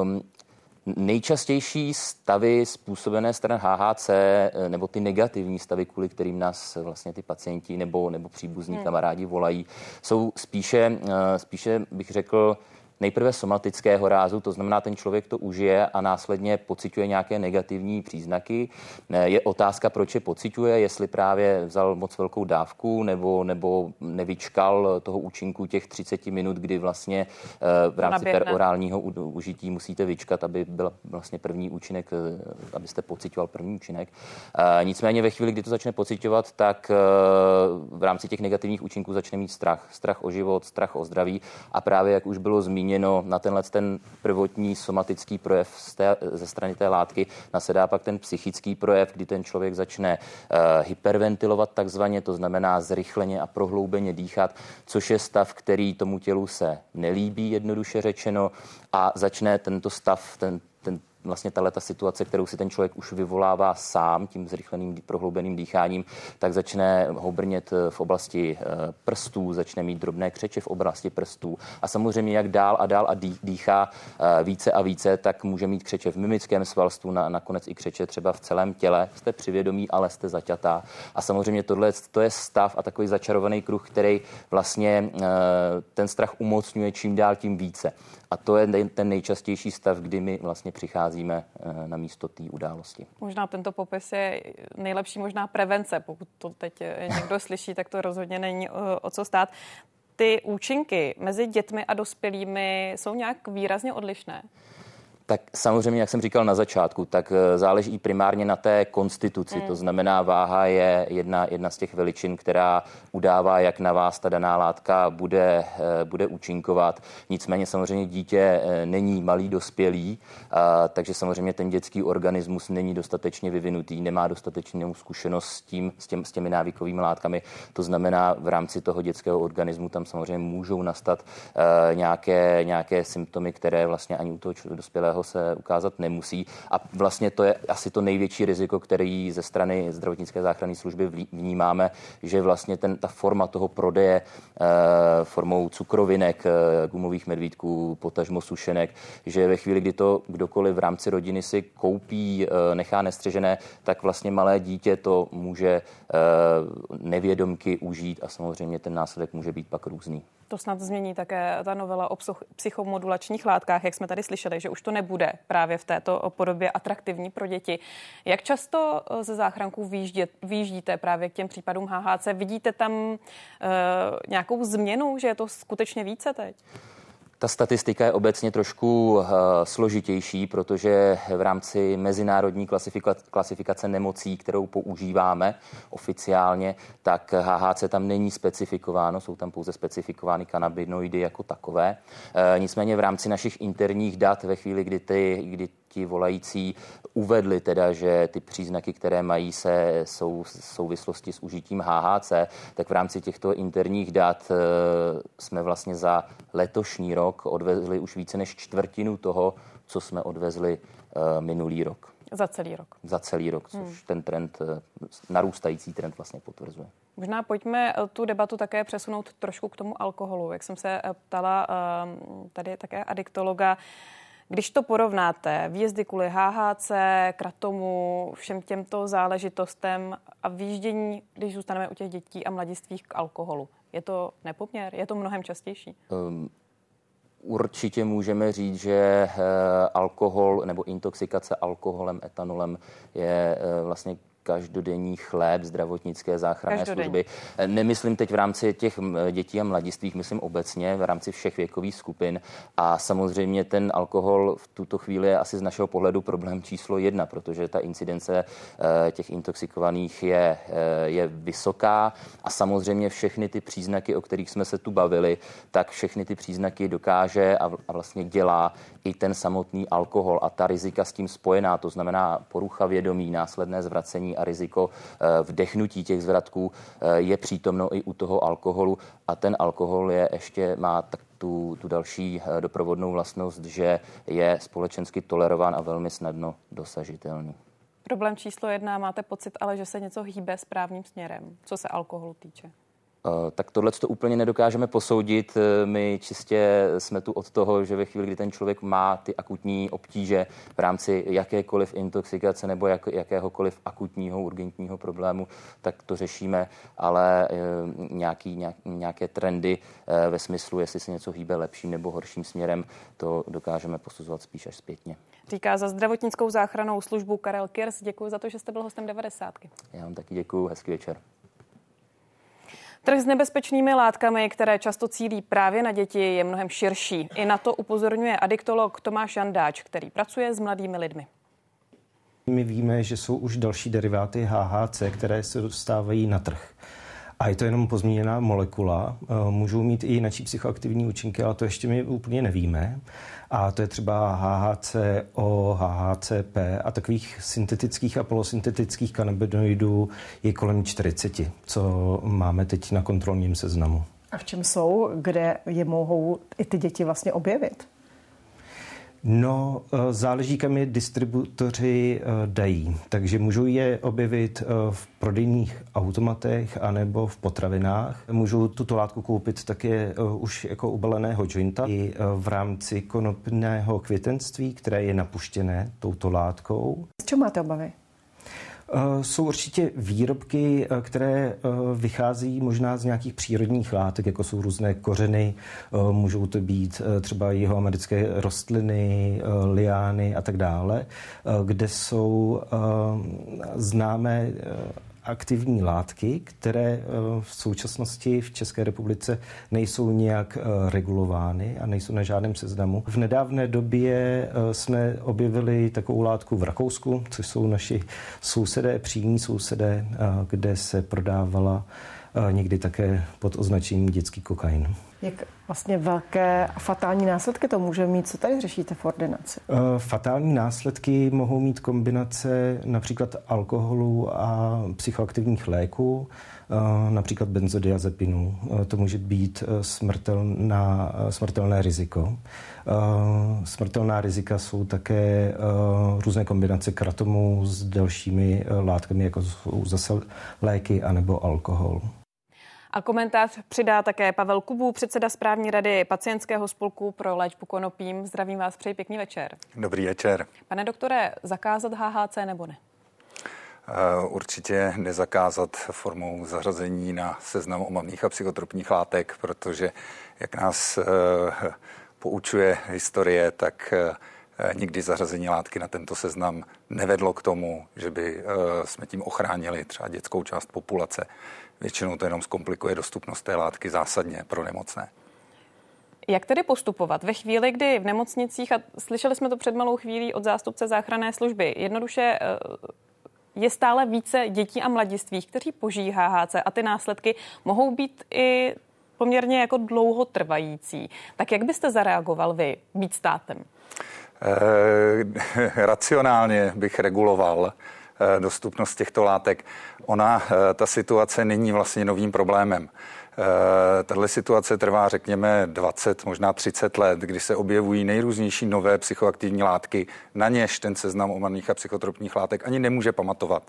Nejčastější stavy způsobené stran HHC nebo ty negativní stavy, kvůli kterým nás vlastně ty pacienti nebo příbuzní kamarádi volají, jsou spíše bych řekl, nejprve somatického rázu, to znamená, ten člověk to užije a následně pociťuje nějaké negativní příznaky. Je otázka, proč je pociťuje, jestli právě vzal moc velkou dávku nebo nevyčkal toho účinku těch 30 minut, kdy vlastně v rámci perorálního užití musíte vyčkat, aby byl vlastně první účinek, abyste pociťoval první účinek. Nicméně ve chvíli, kdy to začne pociťovat, tak v rámci těch negativních účinků začne mít strach o život, strach o zdraví a právě, jak už bylo zmíněno, na ten prvotní somatický projev ze strany té látky nasedá pak ten psychický projev, kdy ten člověk začne hyperventilovat takzvaně, to znamená zrychleně a prohloubeně dýchat, což je stav, který tomu tělu se nelíbí, jednoduše řečeno, a začne tento stav, vlastně tato situace, kterou si ten člověk už vyvolává sám tím zrychleným prohloubeným dýcháním, tak začne ho brnět v oblasti prstů, začne mít drobné křeče v oblasti prstů a samozřejmě jak dál a dýchá více a více, tak může mít křeče v mimickém svalstvu, nakonec i křeče třeba v celém těle. Jste přivědomí, ale jste zaťatá. A samozřejmě tohle to je stav a takový začarovaný kruh, který vlastně ten strach umocňuje čím dál tím více. A to je ten nejčastější stav, kdy my vlastně přicházíme na místo té události. Možná tento popis je nejlepší možná prevence. Pokud to teď někdo slyší, tak to rozhodně není o co stát. Ty účinky mezi dětmi a dospělými jsou nějak výrazně odlišné? Tak samozřejmě, jak jsem říkal na začátku, tak záleží primárně na té konstituci. To znamená, váha je jedna z těch veličin, která udává, jak na vás ta daná látka bude účinkovat. Nicméně samozřejmě dítě není malý dospělý, takže samozřejmě ten dětský organismus není dostatečně vyvinutý, nemá dostatečnou zkušenost s těmi návykovými látkami. To znamená, v rámci toho dětského organismu tam samozřejmě můžou nastat nějaké symptomy, které vlastně ani u toho dospělého takového se ukázat nemusí. A vlastně to je asi to největší riziko, který ze strany zdravotnické záchranné služby vnímáme, že vlastně ta forma toho prodeje formou cukrovinek, gumových medvídků, potažmo sušenek, že ve chvíli, kdy to kdokoliv v rámci rodiny si koupí, nechá nestřežené, tak vlastně malé dítě to může nevědomky užít a samozřejmě ten následek může být pak různý. To snad změní také ta novela o psychomodulačních látkách, jak jsme tady slyšeli, že už to nebude právě v této podobě atraktivní pro děti. Jak často ze záchranků vyjíždíte právě k těm případům HHC? Vidíte tam nějakou změnu, že je to skutečně více teď? Ta statistika je obecně trošku složitější, protože v rámci mezinárodní klasifikace nemocí, kterou používáme oficiálně, tak HHC tam není specifikováno, jsou tam pouze specifikovány kanabinoidy jako takové. Nicméně v rámci našich interních dat ve chvíli, kdy ti volající uvedli teda, že ty příznaky, které mají jsou v souvislosti s užitím HHC, tak v rámci těchto interních dat jsme vlastně za letošní rok odvezli už více než čtvrtinu toho, co jsme odvezli minulý rok. Za celý rok. Za celý rok, což ten trend, narůstající trend vlastně potvrzuje. Možná pojďme tu debatu také přesunout trošku k tomu alkoholu. Jak jsem se ptala tady také adiktologa, když to porovnáte, výjezdy kvůli HHC, kratomu, všem těmto záležitostem a výjíždění, když zůstaneme u těch dětí a mladistvých k alkoholu, je to nepoměr? Je to mnohem častější? Určitě můžeme říct, že alkohol nebo intoxikace alkoholem, etanolem je vlastně každodenní chléb zdravotnické záchranné služby. Nemyslím teď v rámci těch dětí a mladistvých, myslím obecně v rámci všech věkových skupin. A samozřejmě ten alkohol v tuto chvíli je asi z našeho pohledu problém číslo 1, protože ta incidence těch intoxikovaných je vysoká a samozřejmě všechny ty příznaky, o kterých jsme se tu bavili, tak všechny ty příznaky dokáže a vlastně dělá i ten samotný alkohol a ta rizika s tím spojená, to znamená porucha vědomí, následné zvracení a riziko vdechnutí těch zvratků je přítomno i u toho alkoholu a ten alkohol má tu další doprovodnou vlastnost, že je společensky tolerován a velmi snadno dosažitelný. Problém číslo 1, máte pocit ale, že se něco hýbe správným směrem, co se alkoholu týče? Tak tohle to úplně nedokážeme posoudit. My čistě jsme tu od toho, že ve chvíli, kdy ten člověk má ty akutní obtíže v rámci jakékoliv intoxikace nebo jakéhokoliv akutního urgentního problému, tak to řešíme, ale nějaké trendy ve smyslu, jestli se něco hýbe lepším nebo horším směrem, to dokážeme posuzovat spíš až zpětně. Říká za zdravotnickou záchrannou službu Karel Kirš. Děkuji za to, že jste byl hostem 90. Já vám taky děkuji, hezký večer. Trh s nebezpečnými látkami, které často cílí právě na děti, je mnohem širší. I na to upozorňuje adiktolog Tomáš Jandáč, který pracuje s mladými lidmi. My víme, že jsou už další deriváty HHC, které se dostávají na trh. A je to jenom pozměněná molekula. Můžou mít i jináčí psychoaktivní účinky, ale to ještě my úplně nevíme. A to je třeba HHCO, HHCP a takových syntetických a polosyntetických kanabinoidů je kolem 40, co máme teď na kontrolním seznamu. A v čem jsou, kde je mohou i ty děti vlastně objevit? No, záleží, kam je distributoři dají. Takže můžou je objevit v prodejních automatech anebo v potravinách. Můžou tuto látku koupit také už jako ubaleného jointa i v rámci konopného květenství, které je napuštěné touto látkou. Z čeho máte obavy? Jsou určitě výrobky, které vychází možná z nějakých přírodních látek, jako jsou různé kořeny, můžou to být třeba jihoamerické rostliny, liány a tak dále, kde jsou známé aktivní látky, které v současnosti v České republice nejsou nějak regulovány a nejsou na žádném seznamu. V nedávné době jsme objevili takovou látku v Rakousku, což jsou naši sousedé, přímí sousedé, kde se prodávala někdy také pod označením dětský kokain. Jak vlastně velké a fatální následky to může mít? Co tady řešíte v ordinaci? Fatální následky mohou mít kombinace například alkoholu a psychoaktivních léků, například benzodiazepinů. To může být smrtelné riziko. Smrtelná rizika jsou také různé kombinace kratomu s dalšími látkami, jako jsou zase léky anebo alkohol. A komentář přidá také Pavel Kubů, předseda správní rady Pacientského spolku pro léčbu konopím. Zdravím vás, přeji pěkný večer. Dobrý večer. Pane doktore, zakázat HHC nebo ne? Určitě nezakázat formou zařazení na seznam omamných a psychotropních látek, protože jak nás poučuje historie, tak nikdy zařazení látky na tento seznam nevedlo k tomu, že by jsme tím ochránili třeba dětskou část populace. Většinou to jenom zkomplikuje dostupnost té látky zásadně pro nemocné. Jak tedy postupovat ve chvíli, kdy v nemocnicích, a slyšeli jsme to před malou chvílí od zástupce záchranné služby, jednoduše je stále více dětí a mladistvých, kteří požijí HHC a ty následky mohou být i poměrně jako dlouhotrvající. Tak jak byste zareagoval vy, být státem? Racionálně bych reguloval dostupnost těchto látek. Ta situace není vlastně novým problémem. Tahle situace trvá, řekněme, 20, možná 30 let, kdy se objevují nejrůznější nové psychoaktivní látky, na něž ten seznam omamných a psychotropních látek ani nemůže pamatovat.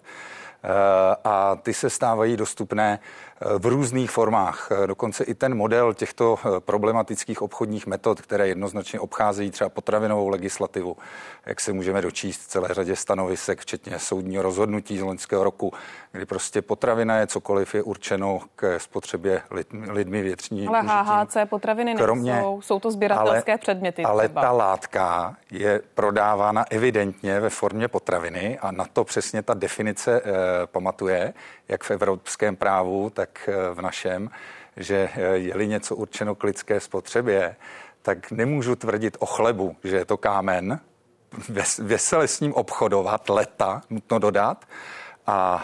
A ty se stávají dostupné v různých formách. Dokonce i ten model těchto problematických obchodních metod, které jednoznačně obcházejí třeba potravinovou legislativu, jak se můžeme dočíst v celé řadě stanovisek, včetně soudního rozhodnutí z loňského roku, kdy prostě potravina je cokoliv je určeno k spotřebě lidmi větší. Ale HHC potraviny nejsou, jsou to sběratelské předměty. Ale ta látka je prodávána evidentně ve formě potraviny a na to přesně ta definice pamatuje, jak v evropském právu, tak v našem, že je-li něco určeno k lidské spotřebě, tak nemůžu tvrdit o chlebu, že je to kámen, vesele s ním obchodovat leta, nutno dodat, a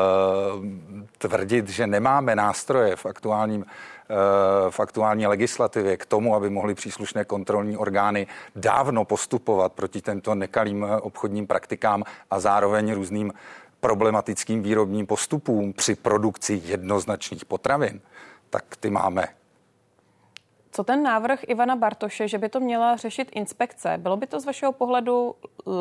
tvrdit, že nemáme nástroje v aktuální legislativě k tomu, aby mohly příslušné kontrolní orgány dávno postupovat proti těmto nekalým obchodním praktikám a zároveň různým problematickým výrobním postupům při produkci jednoznačných potravin, tak ty máme. Co ten návrh Ivana Bartoše, že by to měla řešit inspekce? Bylo by to z vašeho pohledu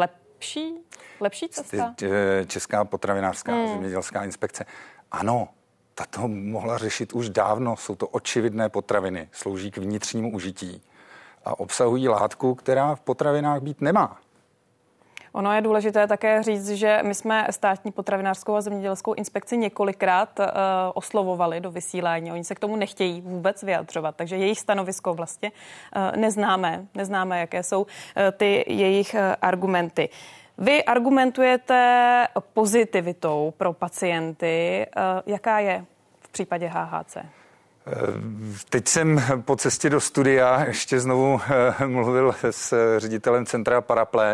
lepší cesta? Česká potravinářská a zemědělská inspekce. Ano, ta to mohla řešit už dávno. Jsou to očividné potraviny, slouží k vnitřnímu užití a obsahují látku, která v potravinách být nemá. Ono je důležité také říct, že my jsme státní potravinářskou a zemědělskou inspekci několikrát oslovovali do vysílání. Oni se k tomu nechtějí vůbec vyjadřovat, takže jejich stanovisko vlastně neznáme, jaké jsou ty jejich argumenty. Vy argumentujete pozitivitou pro pacienty. Jaká je v případě HHC? Teď jsem po cestě do studia ještě znovu mluvil s ředitelem centra Paraple,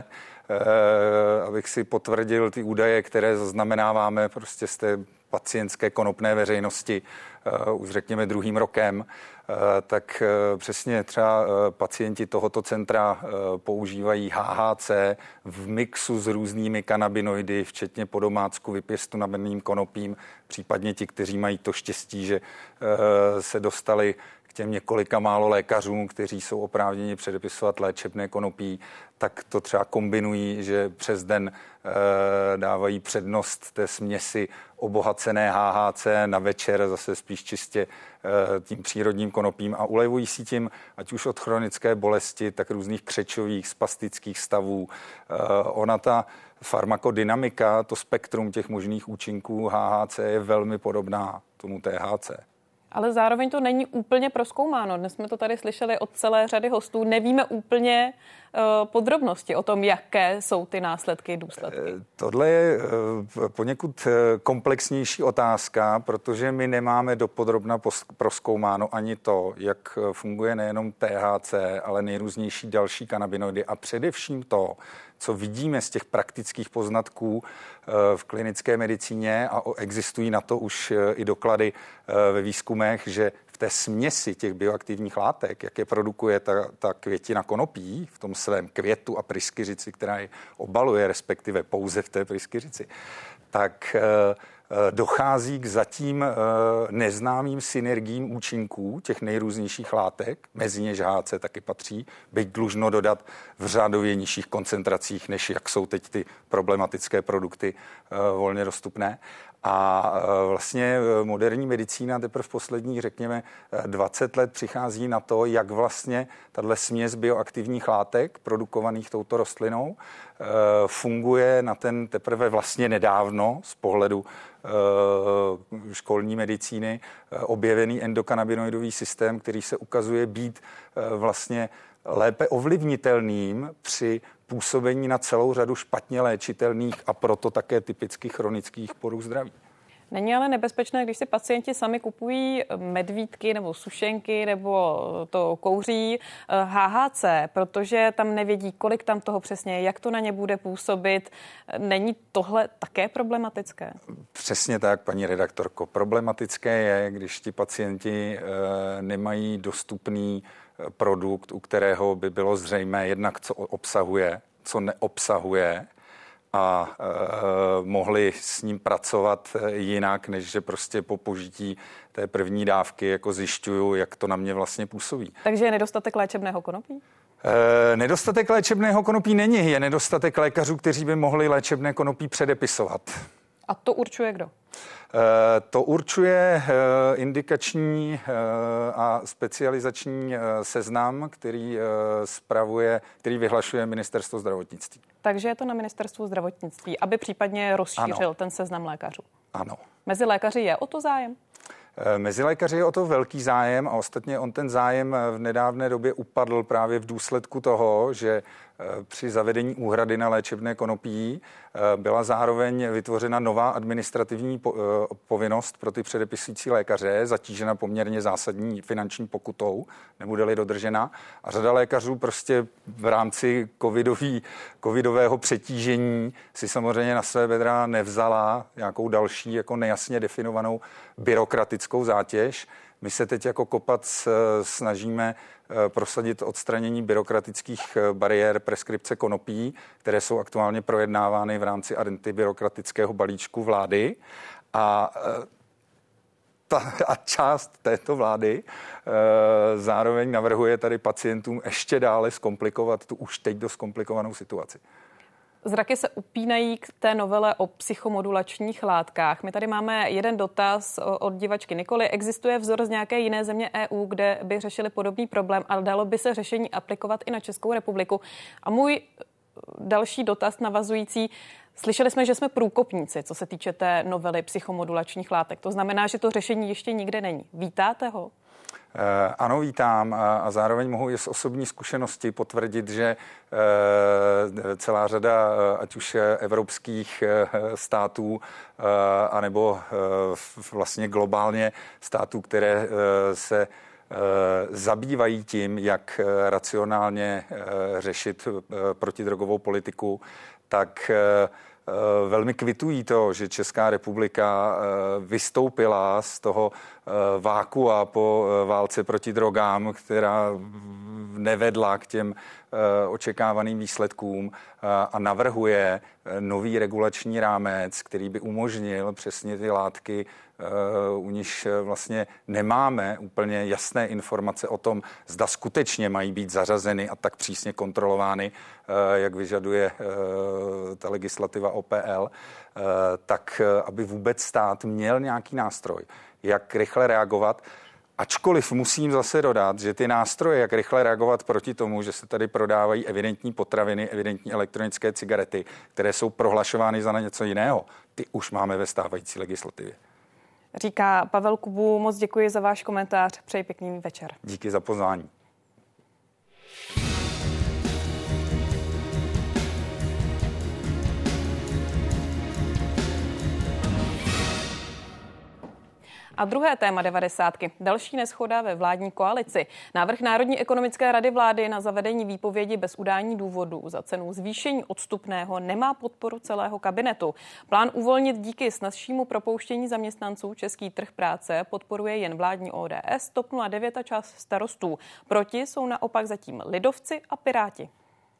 abych si potvrdil ty údaje, které zaznamenáváme prostě z té pacientské konopné veřejnosti už řekněme 2. rokem, tak přesně třeba pacienti tohoto centra používají HHC v mixu s různými kanabinoidy, včetně po domácku vypěstovaným konopím, případně ti, kteří mají to štěstí, že se dostali k těm několika málo lékařům, kteří jsou oprávněni předepisovat léčebné konopí, tak to třeba kombinují, že přes den dávají přednost té směsi obohacené HHC, na večer zase spíš čistě tím přírodním konopím a ulevují si tím, ať už od chronické bolesti, tak různých křečových, spastických stavů. Ona ta farmakodynamika, to spektrum těch možných účinků HHC je velmi podobná tomu THC. Ale zároveň to není úplně prozkoumáno. Dnes jsme to tady slyšeli od celé řady hostů. Nevíme úplně podrobnosti o tom, jaké jsou ty následky, důsledky. Tohle je poněkud komplexnější otázka, protože my nemáme dopodrobna prozkoumáno ani to, jak funguje nejenom THC, ale nejrůznější další kanabinoidy a především to, co vidíme z těch praktických poznatků v klinické medicíně a existují na to už i doklady ve výzkumech, že v v té směsi těch bioaktivních látek, jak je produkuje ta květina konopí v tom svém květu a pryskyřici, která je obaluje, respektive pouze v té pryskyřici, tak dochází k zatím neznámým synergiím účinků těch nejrůznějších látek, mezi něž HC taky patří, byť dlužno dodat v řádově nižších koncentracích, než jak jsou teď ty problematické produkty volně dostupné. A vlastně moderní medicína teprve v posledních, řekněme, 20 let přichází na to, jak vlastně tato směs bioaktivních látek produkovaných touto rostlinou funguje na ten teprve vlastně nedávno z pohledu školní medicíny objevený endokanabinoidový systém, který se ukazuje být vlastně lépe ovlivnitelným při působení na celou řadu špatně léčitelných a proto také typicky chronických poruch zdraví. Není ale nebezpečné, když si pacienti sami kupují medvídky nebo sušenky nebo to kouří HHC, protože tam nevědí, kolik tam toho přesně je, jak to na ně bude působit. Není tohle také problematické? Přesně tak, paní redaktorko. Problematické je, když ti pacienti nemají dostupný produkt, u kterého by bylo zřejmé jednak, co obsahuje, co neobsahuje, a mohli s ním pracovat jinak, než že prostě po požití té první dávky jako zjišťuju, jak to na mě vlastně působí. Takže je nedostatek léčebného konopí? Nedostatek léčebného konopí není, je nedostatek lékařů, kteří by mohli léčebné konopí předepisovat. A to určuje kdo? To určuje indikační a specializační seznam, který vyhlašuje Ministerstvo zdravotnictví. Takže je to na Ministerstvu zdravotnictví, aby případně rozšířil ten seznam lékařů. Ano. Mezi lékaři je o to zájem? Mezi lékaři je o to velký zájem a ostatně on ten zájem v nedávné době upadl právě v důsledku toho, že při zavedení úhrady na léčebné konopí byla zároveň vytvořena nová administrativní povinnost pro ty předepisující lékaře, zatížena poměrně zásadní finanční pokutou, nebude-li dodržena. A řada lékařů prostě v rámci covidového přetížení si samozřejmě na své bedra nevzala nějakou další jako nejasně definovanou byrokratickou zátěž. My se teď jako Kopac snažíme prosadit odstranění byrokratických bariér preskripce konopí, které jsou aktuálně projednávány v rámci antibyrokratického balíčku vlády. A část této vlády zároveň navrhuje tady pacientům ještě dále zkomplikovat tu už teď dost komplikovanou situaci. Zraky se upínají k té novele o psychomodulačních látkách. My tady máme jeden dotaz od divačky Nikoly. Existuje vzor z nějaké jiné země EU, kde by řešili podobný problém, ale dalo by se řešení aplikovat i na Českou republiku? A můj další dotaz navazující. Slyšeli jsme, že jsme průkopníci, co se týče té novely psychomodulačních látek. To znamená, že to řešení ještě nikde není. Vítáte ho? Ano, vítám a zároveň mohu i z osobní zkušenosti potvrdit, že celá řada ať už evropských států anebo vlastně globálně států, které se zabývají tím, jak racionálně řešit protidrogovou politiku, tak velmi kvitují to, že Česká republika vystoupila z toho vákua po válce proti drogám, která nevedla k těm očekávaným výsledkům a navrhuje nový regulační rámec, který by umožnil přesně ty látky, u níž vlastně nemáme úplně jasné informace o tom, zda skutečně mají být zařazeny a tak přísně kontrolovány, jak vyžaduje ta legislativa OPL, tak aby vůbec stát měl nějaký nástroj, jak rychle reagovat. Ačkoliv musím zase dodat, že ty nástroje, jak rychle reagovat proti tomu, že se tady prodávají evidentní potraviny, evidentní elektronické cigarety, které jsou prohlašovány za něco jiného, ty už máme ve stávající legislativě. Říká Pavel Kubu, moc děkuji za váš komentář, přeji pěkný večer. Díky za pozvání. A druhé téma 90. Další neshoda ve vládní koalici. Návrh Národní ekonomické rady vlády na zavedení výpovědi bez udání důvodu za cenu zvýšení odstupného nemá podporu celého kabinetu. Plán uvolnit díky snazšímu propouštění zaměstnanců český trh práce podporuje jen vládní ODS, TOP 09 a část Starostů. Proti jsou naopak zatím lidovci a Piráti.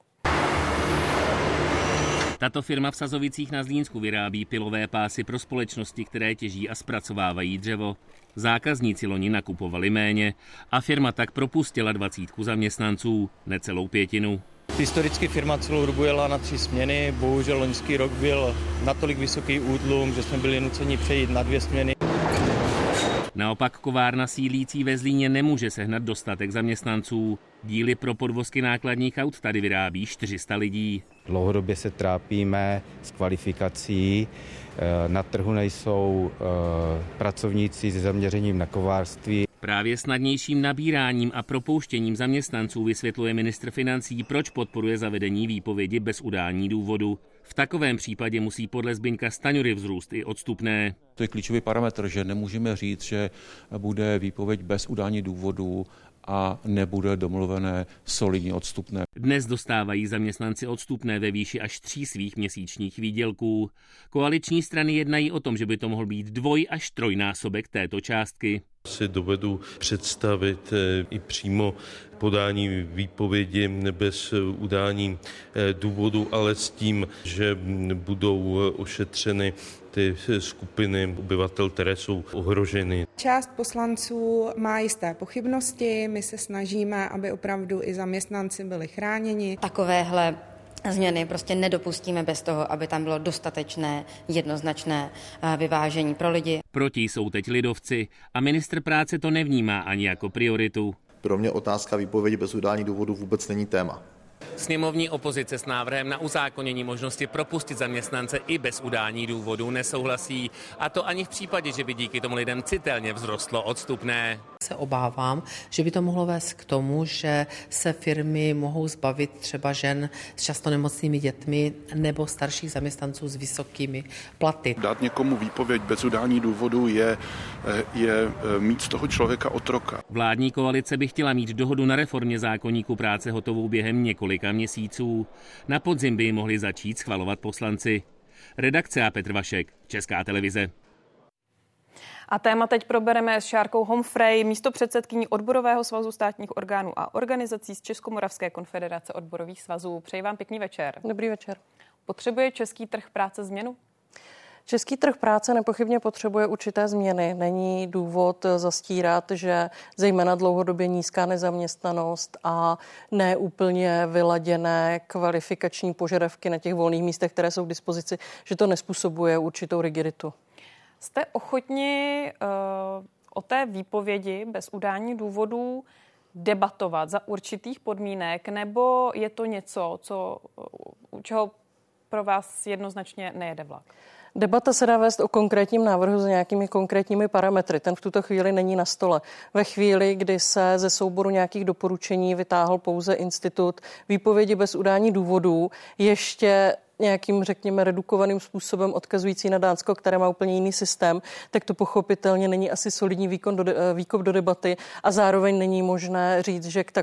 Tato firma v Sazovicích na Zlínsku vyrábí pilové pásy pro společnosti, které těží a zpracovávají dřevo. Zákazníci loni nakupovali méně a firma tak propustila 20 zaměstnanců, necelou pětinu. Historicky firma celou dobu jela na 3 směny, bohužel loňský rok byl natolik vysoký útlum, že jsme byli nuceni přejít na 2 směny. Naopak kovárna sídlící ve Zlíně nemůže sehnat dostatek zaměstnanců. Díly pro podvozky nákladních aut tady vyrábí 400 lidí. Dlouhodobě se trápíme s kvalifikací. Na trhu nejsou pracovníci se zaměřením na kovárství. Právě snadnějším nabíráním a propouštěním zaměstnanců vysvětluje ministr financí, proč podporuje zavedení výpovědi bez udání důvodu. V takovém případě musí podle Zbyňka Stanjury vzrůst i odstupné. To je klíčový parametr, že nemůžeme říct, že bude výpověď bez udání důvodu a nebude domluvené solidní odstupné. Dnes dostávají zaměstnanci odstupné ve výši až 3 svých měsíčních výdělků. Koaliční strany jednají o tom, že by to mohl být 2- až 3násobek této částky. Si dovedu představit i přímo podání výpovědi bez udání důvodu, ale s tím, že budou ošetřeny ty skupiny obyvatel, které jsou ohroženy. Část poslanců má jisté pochybnosti, my se snažíme, aby opravdu i zaměstnanci byli chráněni. Takovéhle změny prostě nedopustíme bez toho, aby tam bylo dostatečné, jednoznačné vyvážení pro lidi. Proti jsou teď lidovci a ministr práce to nevnímá ani jako prioritu. Pro mě otázka výpovědi bez udání důvodu vůbec není téma. Sněmovní opozice s návrhem na uzákonění možnosti propustit zaměstnance i bez udání důvodu nesouhlasí. A to ani v případě, že by díky tomu lidem citelně vzrostlo odstupné. Se obávám, že by to mohlo vést k tomu, že se firmy mohou zbavit třeba žen s často nemocnými dětmi nebo starších zaměstnanců s vysokými platy. Dát někomu výpověď bez udání důvodu je mít z toho člověka otroka. Vládní koalice by chtěla mít dohodu na reformě zákoníku práce hotovou během několika měsíců. Na podzim by ji mohli začít schvalovat poslanci. Redakce a Petr Vašek, Česká televize. A téma teď probereme s Šárkou Homfrey, místopředsedkyní Odborového svazu státních orgánů a organizací z Českomoravské konfederace odborových svazů. Přeji vám pěkný večer. Dobrý večer. Potřebuje český trh práce změnu? Český trh práce nepochybně potřebuje určité změny. Není důvod zastírat, že zejména dlouhodobě nízká nezaměstnanost a neúplně vyladěné kvalifikační požadavky na těch volných místech, které jsou k dispozici, že to nezpůsobuje určitou rigiditu. Jste ochotni o té výpovědi bez udání důvodů debatovat za určitých podmínek, nebo je to něco, u čeho pro vás jednoznačně nejede vlak? Debata se dá vést o konkrétním návrhu s nějakými konkrétními parametry. Ten v tuto chvíli není na stole. Ve chvíli, kdy se ze souboru nějakých doporučení vytáhl pouze institut výpovědi bez udání důvodů, ještě nějakým, řekněme, redukovaným způsobem odkazující na Dánsko, které má úplně jiný systém, tak to pochopitelně není asi solidní výkop do debaty a zároveň není možné říct, že k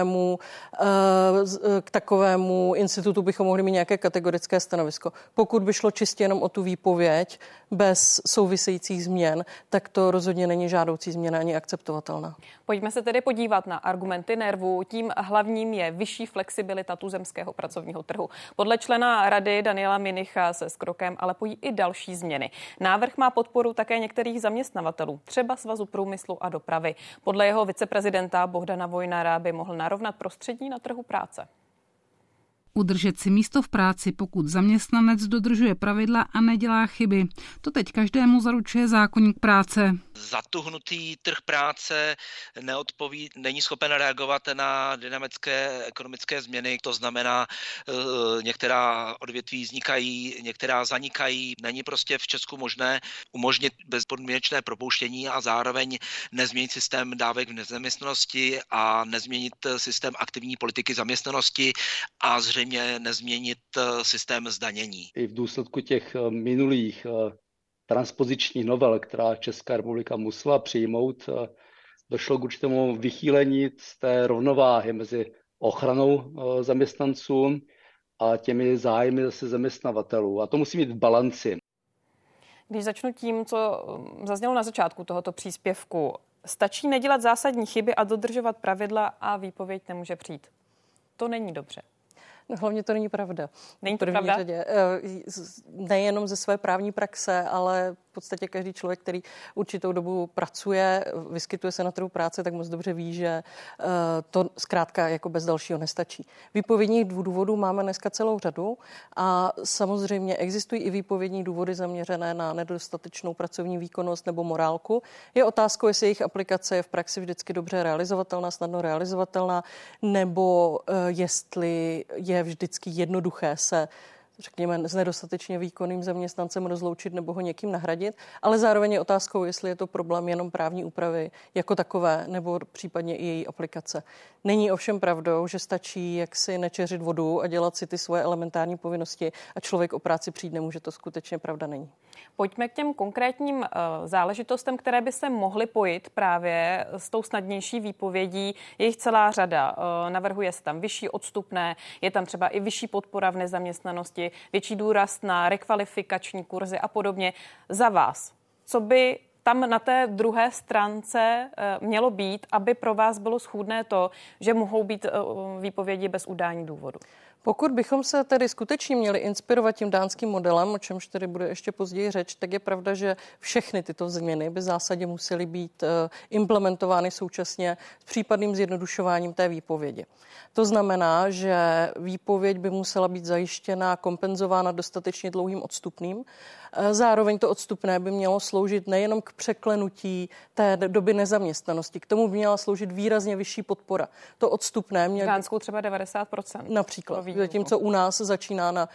takovému institutu bychom mohli mít nějaké kategorické stanovisko. Pokud by šlo čistě jenom o tu výpověď bez souvisejících změn, tak to rozhodně není žádoucí změna ani akceptovatelná. Pojďme se tedy podívat na argumenty NERVu. Tím hlavním je vyšší flexibilita tuzemského pracovního trhu. Podle člena rady Daniela Minicha se s krokem ale pojí i další změny. Návrh má podporu také některých zaměstnavatelů, třeba Svazu průmyslu a dopravy. Podle jeho viceprezidenta Bohdana Vojnara by mohl narovnat prostředí na trhu práce. Udržet si místo v práci, pokud zaměstnanec dodržuje pravidla a nedělá chyby. To teď každému zaručuje zákoník práce. Zatuhnutý trh práce není schopen reagovat na dynamické ekonomické změny. To znamená, některá odvětví vznikají, některá zanikají. Není prostě v Česku možné umožnit bezpodmínečné propouštění a zároveň nezměnit systém dávek v nezaměstnanosti a nezměnit systém aktivní politiky zaměstnanosti a zřejmě nezměnit systém zdanění. I v důsledku těch minulých transpozičních novel, která Česká republika musela přijmout, došlo k určitému vychýlení z té rovnováhy mezi ochranou zaměstnanců a těmi zájmy zase zaměstnavatelů. A to musí být v balanci. Když začnu tím, co zaznělo na začátku tohoto příspěvku, stačí nedělat zásadní chyby a dodržovat pravidla a výpověď nemůže přijít. To není dobře. No, hlavně to není pravda. Není to pravda? Řadě. Nejenom ze své právní praxe, ale v podstatě každý člověk, který určitou dobu pracuje, vyskytuje se na trhu práce, tak moc dobře ví, že to zkrátka jako bez dalšího nestačí. Výpovědních důvodů máme dneska celou řadu a samozřejmě existují i výpovědní důvody zaměřené na nedostatečnou pracovní výkonnost nebo morálku. Je otázkou, jestli jejich aplikace je v praxi vždycky dobře realizovatelná, snadno realizovatelná, nebo jestli je vždycky jednoduché se, řekněme, s nedostatečně výkonným zaměstnancem rozloučit nebo ho někým nahradit, ale zároveň je otázkou, jestli je to problém jenom právní úpravy jako takové, nebo případně i její aplikace. Není ovšem pravdou, že stačí jaksi nečeřit vodu a dělat si ty svoje elementární povinnosti a člověk o práci přijít nemůže, to skutečně pravda není. Pojďme k těm konkrétním záležitostem, které by se mohly pojit právě s tou snadnější výpovědí. Je jich celá řada. Navrhuje se tam vyšší odstupné, je tam třeba i vyšší podpora v nezaměstnanosti, větší důraz na rekvalifikační kurzy a podobně. Za vás, co by tam na té druhé stránce mělo být, aby pro vás bylo schůdné to, že mohou být výpovědi bez udání důvodu? Pokud bychom se tedy skutečně měli inspirovat tím dánským modelem, o čemž tedy bude ještě později řeč, tak je pravda, že všechny tyto změny by v zásadě musely být implementovány současně s případným zjednodušováním té výpovědi. To znamená, že výpověď by musela být zajištěna, kompenzována dostatečně dlouhým odstupným. Zároveň to odstupné by mělo sloužit nejenom k překlenutí té doby nezaměstnanosti, k tomu by měla sloužit výrazně vyšší podpora. To odstupné mělo... V Dánsku třeba 90%. Například. Zatímco u nás začíná na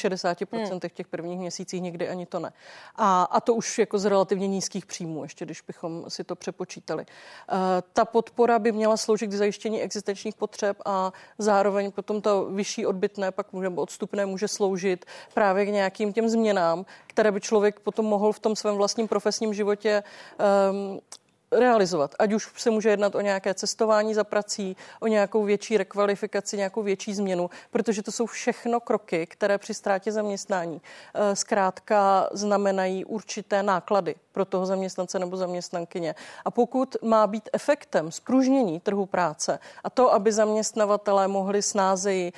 60% v těch prvních měsících, někdy ani to ne. A to už jako z relativně nízkých příjmů, ještě když bychom si to přepočítali. Ta podpora by měla sloužit k zajištění existenčních potřeb a zároveň potom to vyšší odbytné pak nebo odstupné může sloužit právě k nějakým těm změnám, které by člověk potom mohl v tom svém vlastním profesním životě realizovat. Ať už se může jednat o nějaké cestování za prací, o nějakou větší rekvalifikaci, nějakou větší změnu, protože to jsou všechno kroky, které při ztrátě zaměstnání zkrátka znamenají určité náklady pro toho zaměstnance nebo zaměstnankyně. A pokud má být efektem zpružnění trhu práce a to, aby zaměstnavatelé mohli snázeji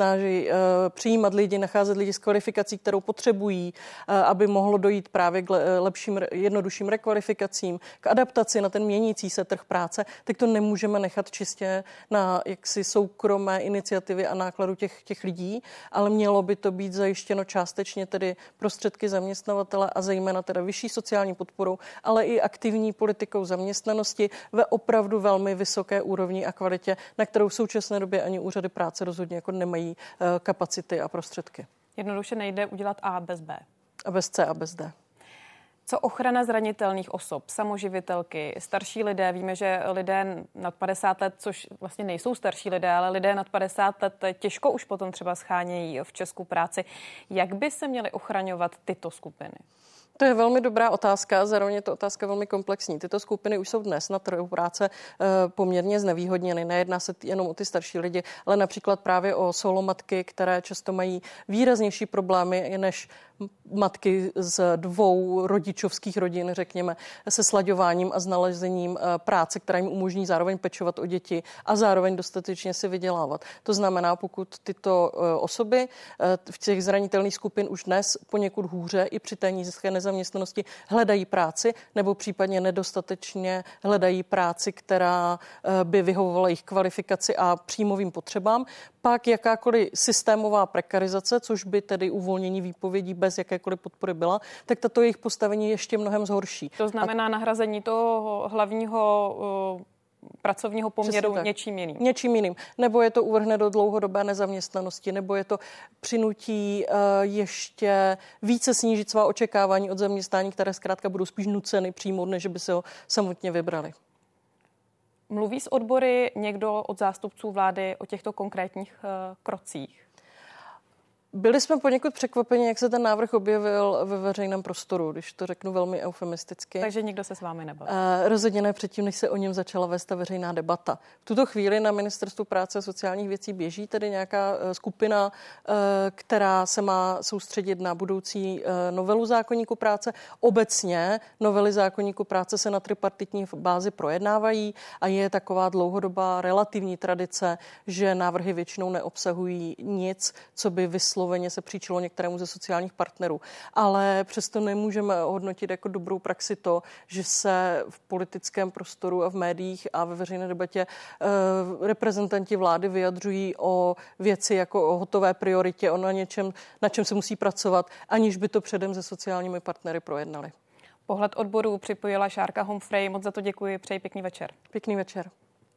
přijímat lidi, nacházet lidi s kvalifikací, kterou potřebují, aby mohlo dojít právě k lepším, jednodušším rekvalifikacím, k adaptaci na ten měnící se trh práce, tak to nemůžeme nechat čistě na jaksi soukromé iniciativy a nákladu těch lidí, ale mělo by to být zajištěno částečně tedy prostředky zaměstnavatele a zejména teda vyšší sociální podporou, ale i aktivní politikou zaměstnanosti ve opravdu velmi vysoké úrovni a kvalitě, na kterou v současné době ani úřady práce rozhodně jako nemají kapacity a prostředky. Jednoduše nejde udělat A bez B. A bez C a bez D. Co ochrana zranitelných osob, samoživitelky, starší lidé? Víme, že lidé nad 50 let, což vlastně nejsou starší lidé, ale lidé nad 50 let těžko už potom třeba schánějí v Česku práci. Jak by se měly ochraňovat tyto skupiny? To je velmi dobrá otázka, zároveň je to otázka velmi komplexní. Tyto skupiny už jsou dnes na trhu práce poměrně znevýhodněny. Nejedná se jenom o ty starší lidi, ale například právě o solomatky, které často mají výraznější problémy než matky z dvou rodičovských rodin, řekněme, se slaďováním a s nalezením práce, která jim umožní zároveň pečovat o děti a zároveň dostatečně si vydělávat. To znamená, pokud tyto osoby v těch zranitelných skupin už dnes poněkud hůře i při té nízké nezaměstnanosti hledají práci nebo případně nedostatečně hledají práci, která by vyhovovala jejich kvalifikaci a příjmovým potřebám, pak jakákoliv systémová prekarizace, což by tedy uvolnění výpovědí bez jakékoliv podpory byla, tak tato jejich postavení ještě mnohem zhorší. To znamená nahrazení toho hlavního pracovního poměru něčím jiným. Něčím jiným. Nebo je to uvrhne do dlouhodobé nezaměstnanosti, nebo je to přinutí ještě více snížit svá očekávání od zaměstnání, které zkrátka budou spíš nuceny přijmout, než by se ho samotně vybrali. Mluví s odbory někdo od zástupců vlády o těchto konkrétních krocích? Byli jsme poněkud překvapeni, jak se ten návrh objevil ve veřejném prostoru, když to řeknu velmi eufemisticky. Takže nikdo se s vámi nebavil? Rozhodně ne předtím, než se o něm začala vést ta veřejná debata. V tuto chvíli na Ministerstvu práce a sociálních věcí běží tedy nějaká skupina, která se má soustředit na budoucí novelu zákoníku práce. Obecně novely zákoníku práce se na tripartitní bázi projednávají a je taková dlouhodobá relativní tradice, že návrhy většinou neobsahují nic, co by vysloveně se příčilo některému ze sociálních partnerů. Ale přesto nemůžeme hodnotit jako dobrou praxi to, že se v politickém prostoru a v médiích a ve veřejné debatě reprezentanti vlády vyjadřují o věci jako o hotové prioritě, o něčem, na čem se musí pracovat, aniž by to předem se sociálními partnery projednali. Pohled odborů připojila Šárka Humphrey. Moc za to děkuji, přeji pěkný večer. Pěkný večer.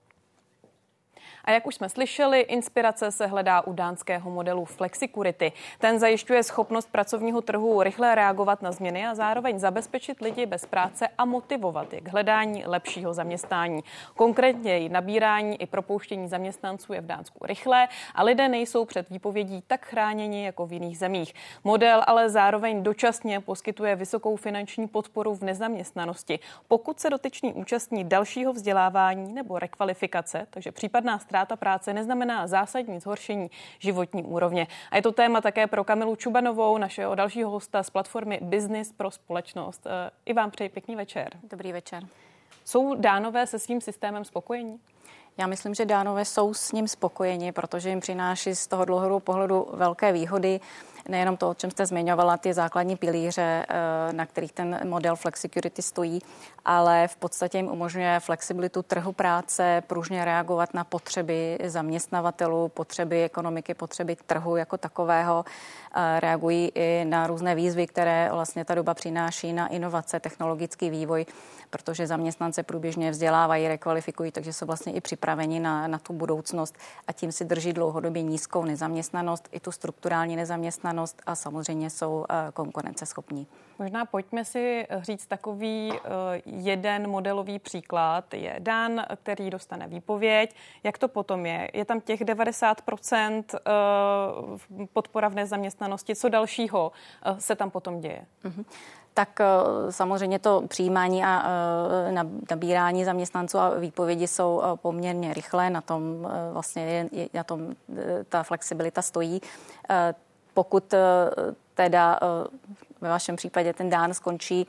A jak už jsme slyšeli, inspirace se hledá u dánského modelu Flexicurity. Ten zajišťuje schopnost pracovního trhu rychle reagovat na změny a zároveň zabezpečit lidi bez práce a motivovat je k hledání lepšího zaměstnání. Konkrétně nabírání i propouštění zaměstnanců je v Dánsku rychlé a lidé nejsou před výpovědí tak chráněni jako v jiných zemích. Model ale zároveň dočasně poskytuje vysokou finanční podporu v nezaměstnanosti, pokud se dotyčný účastní dalšího vzdělávání nebo rekvalifikace, takže případná ztráta práce neznamená zásadní zhoršení životní úrovně. A je to téma také pro Kamilu Čubanovou, našeho dalšího hosta z platformy Business pro společnost. I vám přeji pěkný večer. Dobrý večer. Jsou Dánové se svým systémem spokojení? Já myslím, že Dánové jsou s ním spokojeni, protože jim přináší z toho dlouhodobého pohledu velké výhody. Nejenom to, o čem jste zmiňovala, ty základní pilíře, na kterých ten model Flexicurity stojí, ale v podstatě jim umožňuje flexibilitu trhu práce, pružně reagovat na potřeby zaměstnavatelů, potřeby ekonomiky, potřeby trhu jako takového. Reagují i na různé výzvy, které vlastně ta doba přináší, na inovace, technologický vývoj, protože zaměstnance průběžně vzdělávají, rekvalifikují, takže jsou vlastně i připraveni na tu budoucnost a tím si drží dlouhodobě nízkou nezaměstnanost, i tu strukturální nezaměstnanost a samozřejmě jsou konkurenceschopní. Možná pojďme si říct takový jeden modelový příklad. Je Dán, který dostane výpověď. Jak to potom je? Je tam těch 90% podpora v nezaměstnanosti. Co dalšího se tam potom děje? Mm-hmm. Tak samozřejmě to přijímání a nabírání zaměstnanců a výpovědi jsou poměrně rychlé, na tom vlastně na tom ta flexibilita stojí. Pokud teda ve vašem případě ten Dán skončí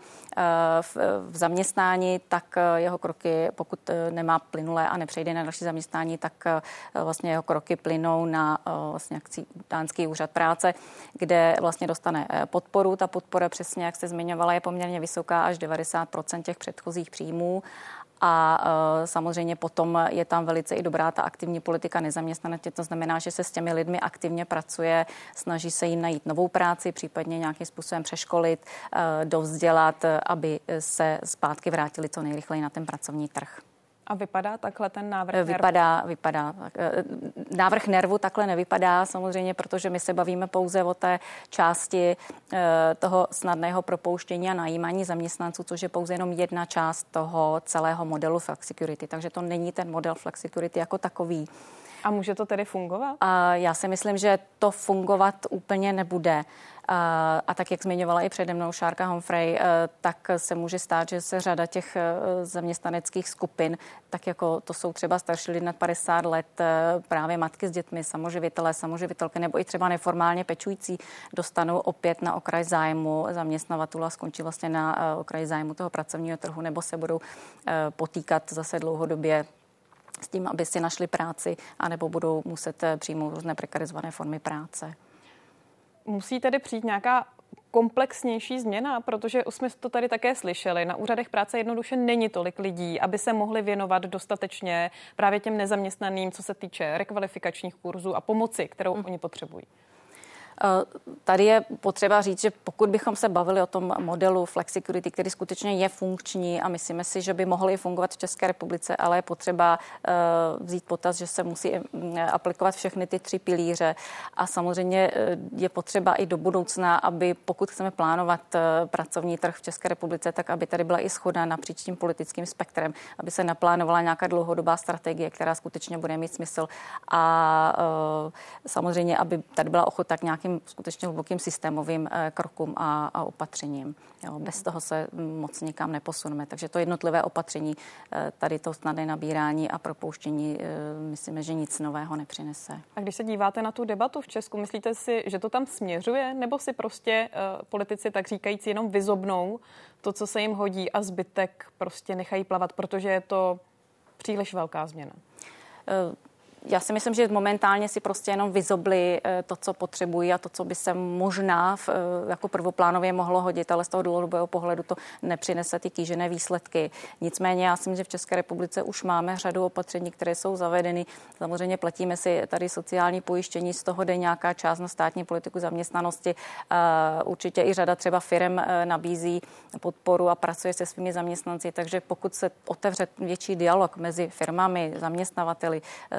v zaměstnání, tak jeho kroky, pokud nemá plynulé a nepřejde na další zaměstnání, tak vlastně jeho kroky plynou na vlastně dánský úřad práce, kde vlastně dostane podporu. Ta podpora, přesně jak jste zmiňovala, je poměrně vysoká, až 90% těch předchozích příjmů. A samozřejmě potom je tam velice i dobrá ta aktivní politika nezaměstnanosti. To znamená, že se s těmi lidmi aktivně pracuje, snaží se jim najít novou práci, případně nějakým způsobem přeškolit, dovzdělat, aby se zpátky vrátili co nejrychleji na ten pracovní trh. A vypadá takhle ten návrh? Vypadá. Návrh NERVu takhle nevypadá samozřejmě, protože my se bavíme pouze o té části toho snadného propouštění a najímání zaměstnanců, což je pouze jenom jedna část toho celého modelu Flexicurity. Takže to není ten model Flexicurity jako takový. A může to tedy fungovat? Já si myslím, že to fungovat úplně nebude. A tak, jak zmiňovala i přede mnou Šárka Humphrey, tak se může stát, že se řada těch zaměstnaneckých skupin, tak jako to jsou třeba starší lidi nad 50 let, právě matky s dětmi, samoživitelé, samoživitelky nebo i třeba neformálně pečující, dostanou opět na okraj zájmu zaměstnavatelů a skončí vlastně na okraji zájmu toho pracovního trhu, nebo se budou potýkat zase dlouhodobě s tím, aby si našli práci, anebo budou muset přijmout různé prekarizované formy práce. Musí tedy přijít nějaká komplexnější změna, protože už jsme to tady také slyšeli. Na úřadech práce jednoduše není tolik lidí, aby se mohli věnovat dostatečně právě těm nezaměstnaným, co se týče rekvalifikačních kurzů a pomoci, kterou oni potřebují. Tady je potřeba říct, že pokud bychom se bavili o tom modelu Flexicurity, který skutečně je funkční a myslíme si, že by mohl i fungovat v České republice, ale je potřeba vzít potaz, že se musí aplikovat všechny ty 3 pilíře a samozřejmě je potřeba i do budoucna, aby pokud chceme plánovat pracovní trh v České republice, tak aby tady byla i shoda napříč tím politickým spektrem, aby se naplánovala nějaká dlouhodobá strategie, která skutečně bude mít smysl a samozřejmě, aby tady byla ochota k nějakým nějakým skutečně hlubokým systémovým krokům a opatřením. Jo, bez toho se moc nikam neposuneme. Takže to jednotlivé opatření, tady to snadné nabírání a propouštění, myslíme, že nic nového nepřinese. A když se díváte na tu debatu v Česku, myslíte si, že to tam směřuje, nebo si prostě politici tak říkajíc jenom vyzobnou to, co se jim hodí a zbytek prostě nechají plavat, protože je to příliš velká změna? Já si myslím, že momentálně si prostě jenom vyzobli to, co potřebují a to, co by se možná jako prvoplánově mohlo hodit, ale z toho dlouhodobého pohledu to nepřinese ty kýžené výsledky. Nicméně já si myslím, že v České republice už máme řadu opatření, které jsou zavedeny. Samozřejmě platíme si tady sociální pojištění, z toho jde nějaká část na státní politiku zaměstnanosti. Určitě i řada třeba firem nabízí podporu a pracuje se svými zaměstnanci, takže pokud se otevře větší dialog mezi firmami, zaměstnavateli,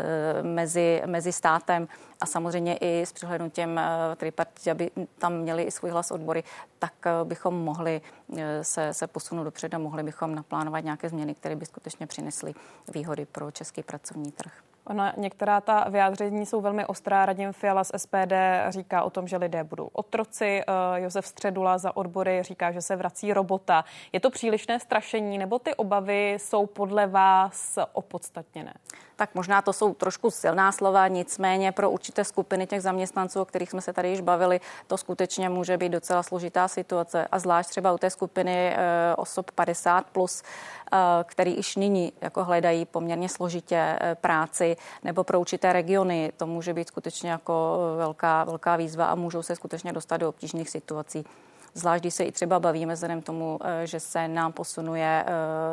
mezi státem a samozřejmě i s přihlédnutím tripartitě, aby tam měli i svůj hlas odbory, tak bychom mohli se posunout dopředu a mohli bychom naplánovat nějaké změny, které by skutečně přinesly výhody pro český pracovní trh. Některá ta vyjádření jsou velmi ostrá. Radim Fiala z SPD říká o tom, že lidé budou otroci. Josef Středula za odbory říká, že se vrací robota. Je to přílišné strašení, nebo ty obavy jsou podle vás opodstatněné? Tak možná to jsou trošku silná slova, nicméně pro určité skupiny těch zaměstnanců, o kterých jsme se tady již bavili, to skutečně může být docela složitá situace a zvlášť třeba u té skupiny osob 50+, který již nyní jako hledají poměrně složitě práci, nebo pro určité regiony to může být skutečně jako velká výzva a můžou se skutečně dostat do obtížných situací. Zvlášť, když se i třeba bavíme vzhledem tomu, že se nám posunuje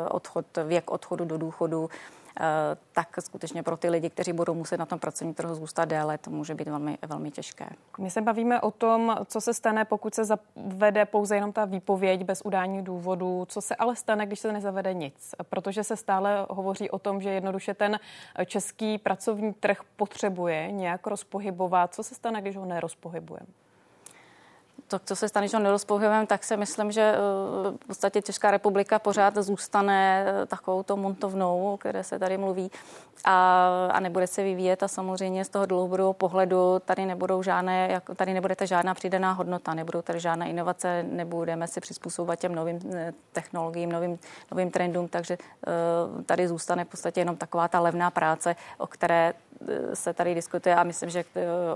věk odchodu do důchodu, tak skutečně pro ty lidi, kteří budou muset na tom pracovním trhu zůstat déle, to může být velmi, velmi těžké. My se bavíme o tom, co se stane, pokud se zavede pouze jenom ta výpověď bez udání důvodu, co se ale stane, když se nezavede nic, protože se stále hovoří o tom, že jednoduše ten český pracovní trh potřebuje nějak rozpohybovat. Co se stane, když ho nerozpohybujeme? To, co se stane, že ho nerozpohybujeme, tak si myslím, že v podstatě Česká republika pořád zůstane takovou to montovnou, o které se tady mluví a nebude se vyvíjet a samozřejmě z toho dlouhodobého pohledu tady nebude žádná přidaná hodnota, nebudou tady žádné inovace, nebudeme si přizpůsobovat těm novým technologiím, novým trendům, takže tady zůstane v podstatě jenom taková ta levná práce, o které se tady diskutuje a myslím, že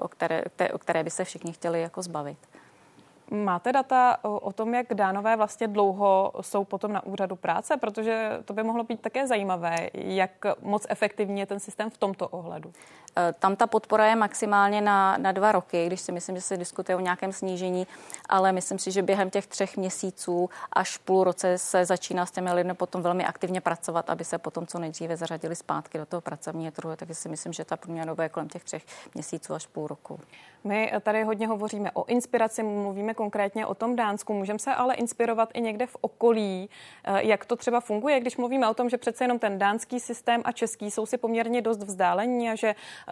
o které by se všichni chtěli jako zbavit. Máte data o tom, jak Dánové vlastně dlouho jsou potom na úřadu práce? Protože to by mohlo být také zajímavé, jak moc efektivní je ten systém v tomto ohledu. Tam ta podpora je maximálně na 2 roky, když si myslím, že se diskutuje o nějakém snížení, ale myslím si, že během těch 3 měsíců až půl roce se začíná s těmi lidmi potom velmi aktivně pracovat, aby se potom co nejdříve zařadili zpátky do toho pracovního trhu. Takže si myslím, že ta průměrná doba je kolem těch 3 měsíců až půl roku. My tady hodně hovoříme o inspiraci, mluvíme konkrétně o tom Dánsku. Můžeme se ale inspirovat i někde v okolí, jak to třeba funguje, když mluvíme o tom, že přece jenom ten dánský systém a český jsou si poměrně dost vzdálení a že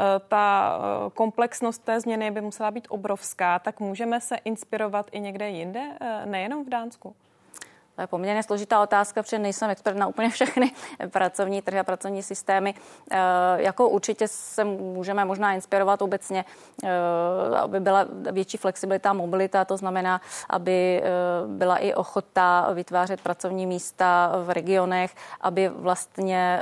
ta komplexnost té změny by musela být obrovská, tak můžeme se inspirovat i někde jinde, nejenom v Dánsku? To je poměrně složitá otázka, protože nejsem expert na úplně všechny pracovní trhy a pracovní systémy. Jako určitě se můžeme možná inspirovat obecně, aby byla větší flexibilita a mobilita, to znamená, aby byla i ochota vytvářet pracovní místa v regionech, aby vlastně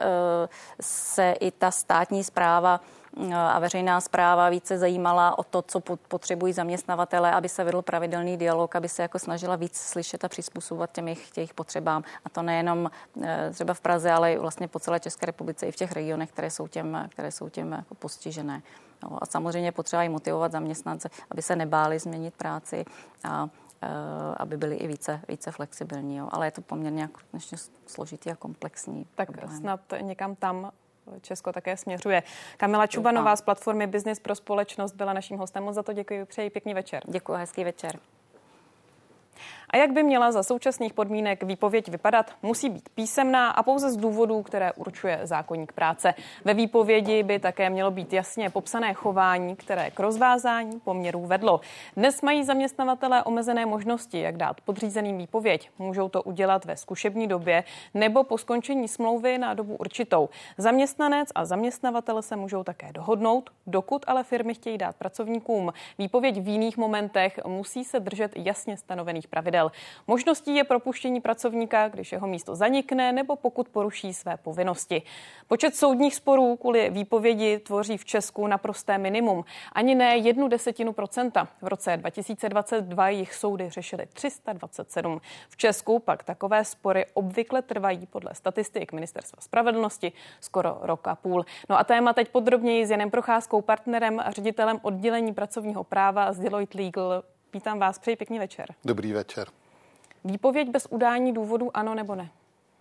se i ta státní správa a veřejná správa více zajímala o to, co potřebují zaměstnavatele, aby se vedl pravidelný dialog, aby se jako snažila víc slyšet a přizpůsobovat těch potřebám. A to nejenom třeba v Praze, ale i vlastně po celé České republice i v těch regionech, které jsou tím jako postižené. No, a samozřejmě potřeba i motivovat zaměstnance, aby se nebáli změnit práci a aby byli i více flexibilní. Jo. Ale je to poměrně jako složitý a komplexní problém. Snad někam tam Česko také směřuje. Kamila Čubanová z platformy Business pro společnost byla naším hostem. Moc za to děkuji, přeji pěkný večer. Děkuji, hezký večer. A jak by měla za současných podmínek výpověď vypadat? Musí být písemná a pouze z důvodů, které určuje zákoník práce. Ve výpovědi by také mělo být jasně popsané chování, které k rozvázání poměrů vedlo. Dnes mají zaměstnavatelé omezené možnosti, jak dát podřízeným výpověď. Můžou to udělat ve zkušební době nebo po skončení smlouvy na dobu určitou. Zaměstnanec a zaměstnavatel se můžou také dohodnout, dokud ale firmy chtějí dát pracovníkům výpověď v jiných momentech, musí se držet jasně stanovených pravidel. Možností je propuštění pracovníka, když jeho místo zanikne nebo pokud poruší své povinnosti. Počet soudních sporů kvůli výpovědi tvoří v Česku naprosté minimum. Ani ne 0,1%. V roce 2022 jich soudy řešily 327. V Česku pak takové spory obvykle trvají podle statistik Ministerstva spravedlnosti skoro rok a půl. No a téma teď podrobněji s Janem Procházkou, partnerem a ředitelem oddělení pracovního práva z Deloitte Legal. Vítám vás, přeji pěkný večer. Dobrý večer. Výpověď bez udání důvodu, ano nebo ne?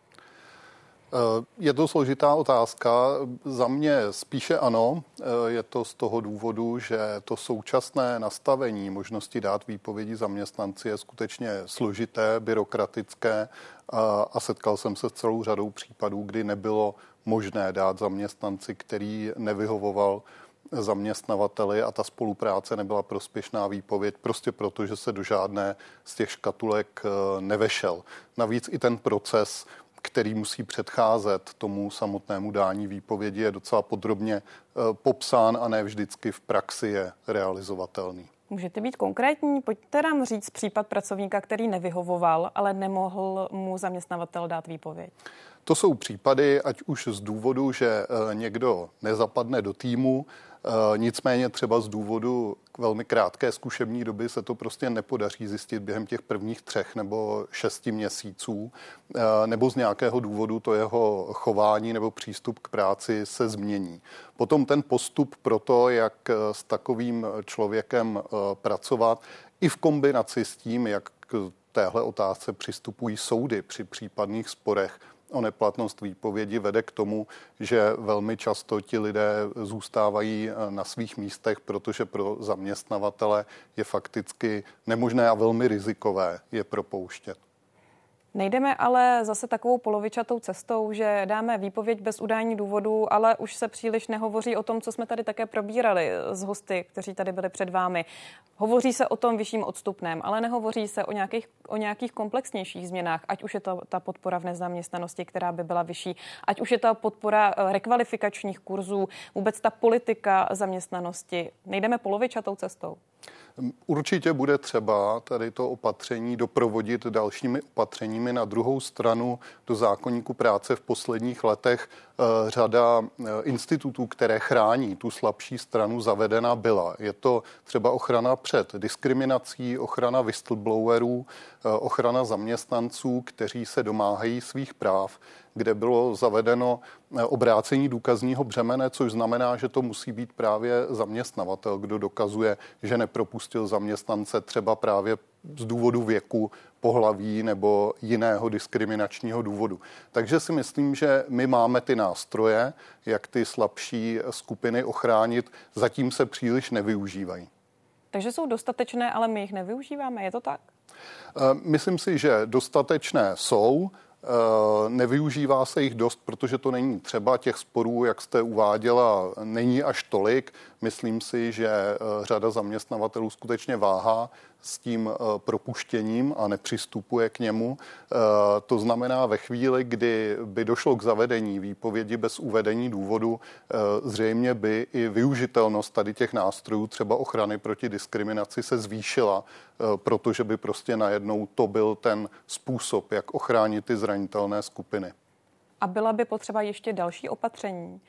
Je to složitá otázka. Za mě spíše ano. Je to z toho důvodu, že to současné nastavení možnosti dát výpovědi zaměstnanci je skutečně složité, byrokratické a setkal jsem se s celou řadou případů, kdy nebylo možné dát zaměstnanci, který nevyhovoval zaměstnavateli a ta spolupráce nebyla prospěšná výpověď, prostě proto, že se do žádné z těch škatulek nevešel. Navíc i ten proces, který musí předcházet tomu samotnému dání výpovědi, je docela podrobně popsán a ne vždycky v praxi je realizovatelný. Můžete být konkrétní? Pojďte nám říct případ pracovníka, který nevyhovoval, ale nemohl mu zaměstnavatel dát výpověď. To jsou případy, ať už z důvodu, že někdo nezapadne do týmu, nicméně třeba z důvodu velmi krátké zkušební doby se to prostě nepodaří zjistit během těch prvních 3 nebo 6 měsíců, nebo z nějakého důvodu to jeho chování nebo přístup k práci se změní. Potom ten postup pro to, jak s takovým člověkem pracovat, i v kombinaci s tím, jak k téhle otázce přistupují soudy při případných sporech o neplatnost výpovědi, vede k tomu, že velmi často ti lidé zůstávají na svých místech, protože pro zaměstnavatele je fakticky nemožné a velmi rizikové je propouštět. Nejdeme ale zase takovou polovičatou cestou, že dáme výpověď bez udání důvodu, ale už se příliš nehovoří o tom, co jsme tady také probírali s hosty, kteří tady byli před vámi. Hovoří se o tom vyšším odstupném, ale nehovoří se o nějakých komplexnějších změnách, ať už je to ta podpora v nezaměstnanosti, která by byla vyšší, ať už je ta podpora rekvalifikačních kurzů, vůbec ta politika zaměstnanosti. Nejdeme polovičatou cestou. Určitě bude třeba tady to opatření doprovodit dalšími opatřeními. Na druhou stranu do zákoníku práce v posledních letech řada institutů, které chrání tu slabší stranu, zavedena byla. Je to třeba ochrana před diskriminací, ochrana whistleblowerů, ochrana zaměstnanců, kteří se domáhají svých práv, kde bylo zavedeno obrácení důkazního břemene, což znamená, že to musí být právě zaměstnavatel, kdo dokazuje, že nepropustil zaměstnance třeba právě z důvodu věku, pohlaví nebo jiného diskriminačního důvodu. Takže si myslím, že my máme ty nástroje, jak ty slabší skupiny ochránit, zatím se příliš nevyužívají. Takže jsou dostatečné, ale my jich nevyužíváme, je to tak? Myslím si, že dostatečné jsou. Nevyužívá se jich dost, protože to není třeba. Těch sporů, jak jste uváděla, není až tolik. Myslím si, že řada zaměstnavatelů skutečně váhá s tím propuštěním a nepřistupuje k němu. To znamená, ve chvíli, kdy by došlo k zavedení výpovědi bez uvedení důvodu, zřejmě by i využitelnost tady těch nástrojů, třeba ochrany proti diskriminaci, se zvýšila, protože by prostě najednou to byl ten způsob, jak ochránit ty zranitelné skupiny. A byla by potřeba ještě další opatření?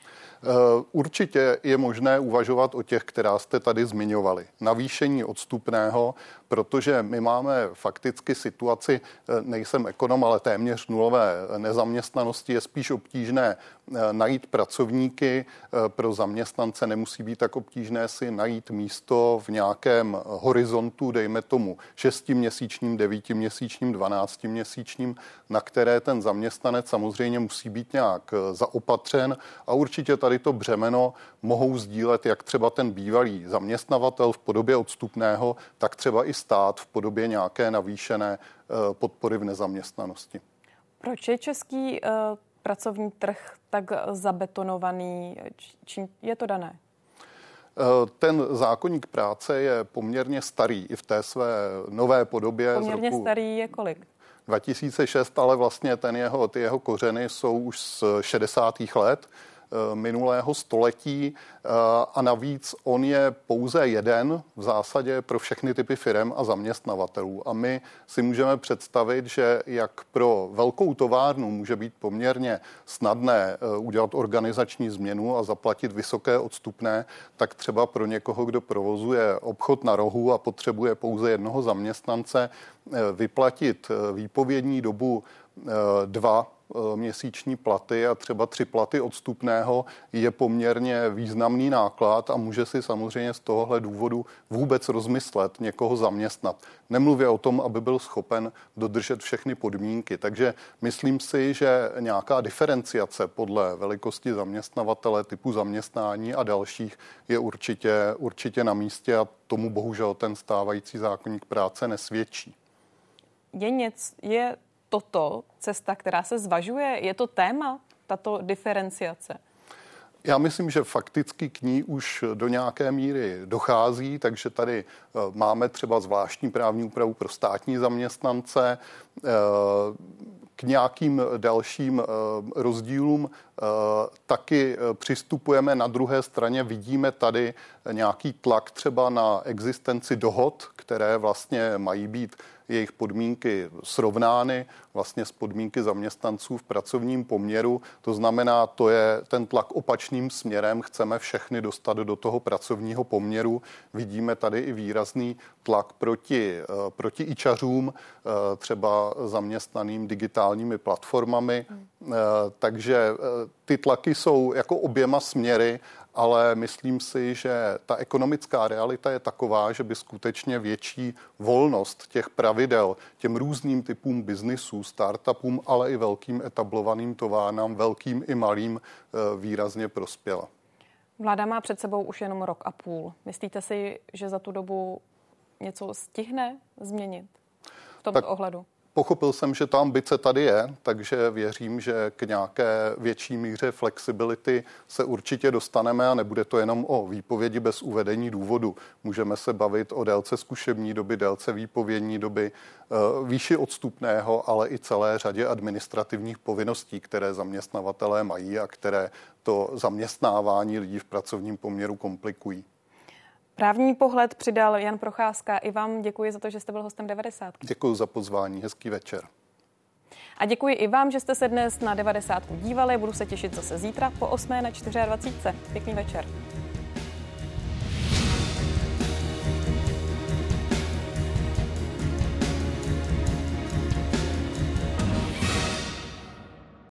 Určitě je možné uvažovat o těch, která jste tady zmiňovali. Navýšení odstupného, protože my máme fakticky situaci, nejsem ekonom, ale téměř nulové nezaměstnanosti, je spíš obtížné najít pracovníky. Pro zaměstnance nemusí být tak obtížné si najít místo v nějakém horizontu, dejme tomu 6měsíčním, 9měsíčním, 12měsíčním, na které ten zaměstnanec samozřejmě musí být nějak zaopatřen a určitě tady to břemeno mohou sdílet jak třeba ten bývalý zaměstnavatel v podobě odstupného, tak třeba i stát v podobě nějaké navýšené podpory v nezaměstnanosti. Proč je český pracovní trh tak zabetonovaný? Čím je to dané? Ten zákoník práce je poměrně starý i v té své nové podobě. Poměrně starý je kolik? 2006, ale vlastně ty jeho kořeny jsou už z 60. let minulého století a navíc on je pouze jeden v zásadě pro všechny typy firem a zaměstnavatelů. A my si můžeme představit, že jak pro velkou továrnu může být poměrně snadné udělat organizační změnu a zaplatit vysoké odstupné, tak třeba pro někoho, kdo provozuje obchod na rohu a potřebuje pouze jednoho zaměstnance, vyplatit výpovědní dobu 2 měsíční platy a třeba 3 platy odstupného je poměrně významný náklad a může si samozřejmě z tohohle důvodu vůbec rozmyslet někoho zaměstnat. Nemluvě o tom, aby byl schopen dodržet všechny podmínky. Takže myslím si, že nějaká diferenciace podle velikosti zaměstnavatele, typu zaměstnání a dalších je určitě na místě a tomu bohužel ten stávající zákoník práce nesvědčí. Je toto cesta, která se zvažuje? Je to téma, tato diferenciace? Já myslím, že fakticky k ní už do nějaké míry dochází, takže tady máme třeba zvláštní právní úpravu pro státní zaměstnance. K nějakým dalším rozdílům taky přistupujeme. Na druhé straně vidíme tady nějaký tlak třeba na existenci dohod, které vlastně mají být jejich podmínky srovnány vlastně s podmínky zaměstnanců v pracovním poměru. To znamená, to je ten tlak opačným směrem. Chceme všechny dostat do toho pracovního poměru. Vidíme tady i výrazný tlak proti ičařům, třeba zaměstnaným digitálními platformami. Takže ty tlaky jsou jako oběma směry, ale myslím si, že ta ekonomická realita je taková, že by skutečně větší volnost těch pravidel těm různým typům biznisů, startupům, ale i velkým etablovaným továrnám, velkým i malým, výrazně prospěla. Vláda má před sebou už jenom 1,5 roku. Myslíte si, že za tu dobu něco stihne změnit v tomto ohledu? Pochopil jsem, že ta ambice tady je, takže věřím, že k nějaké větší míře flexibility se určitě dostaneme a nebude to jenom o výpovědi bez uvedení důvodu. Můžeme se bavit o délce zkušební doby, délce výpovědní doby, výši odstupného, ale i celé řadě administrativních povinností, které zaměstnavatelé mají a které to zaměstnávání lidí v pracovním poměru komplikují. Právní pohled přidal Jan Procházka. I vám děkuji za to, že jste byl hostem 90. Děkuji za pozvání, hezký večer. A děkuji i vám, že jste se dnes na 90 dívali. Budu se těšit zase zítra po 8 na 24. Pěkný večer.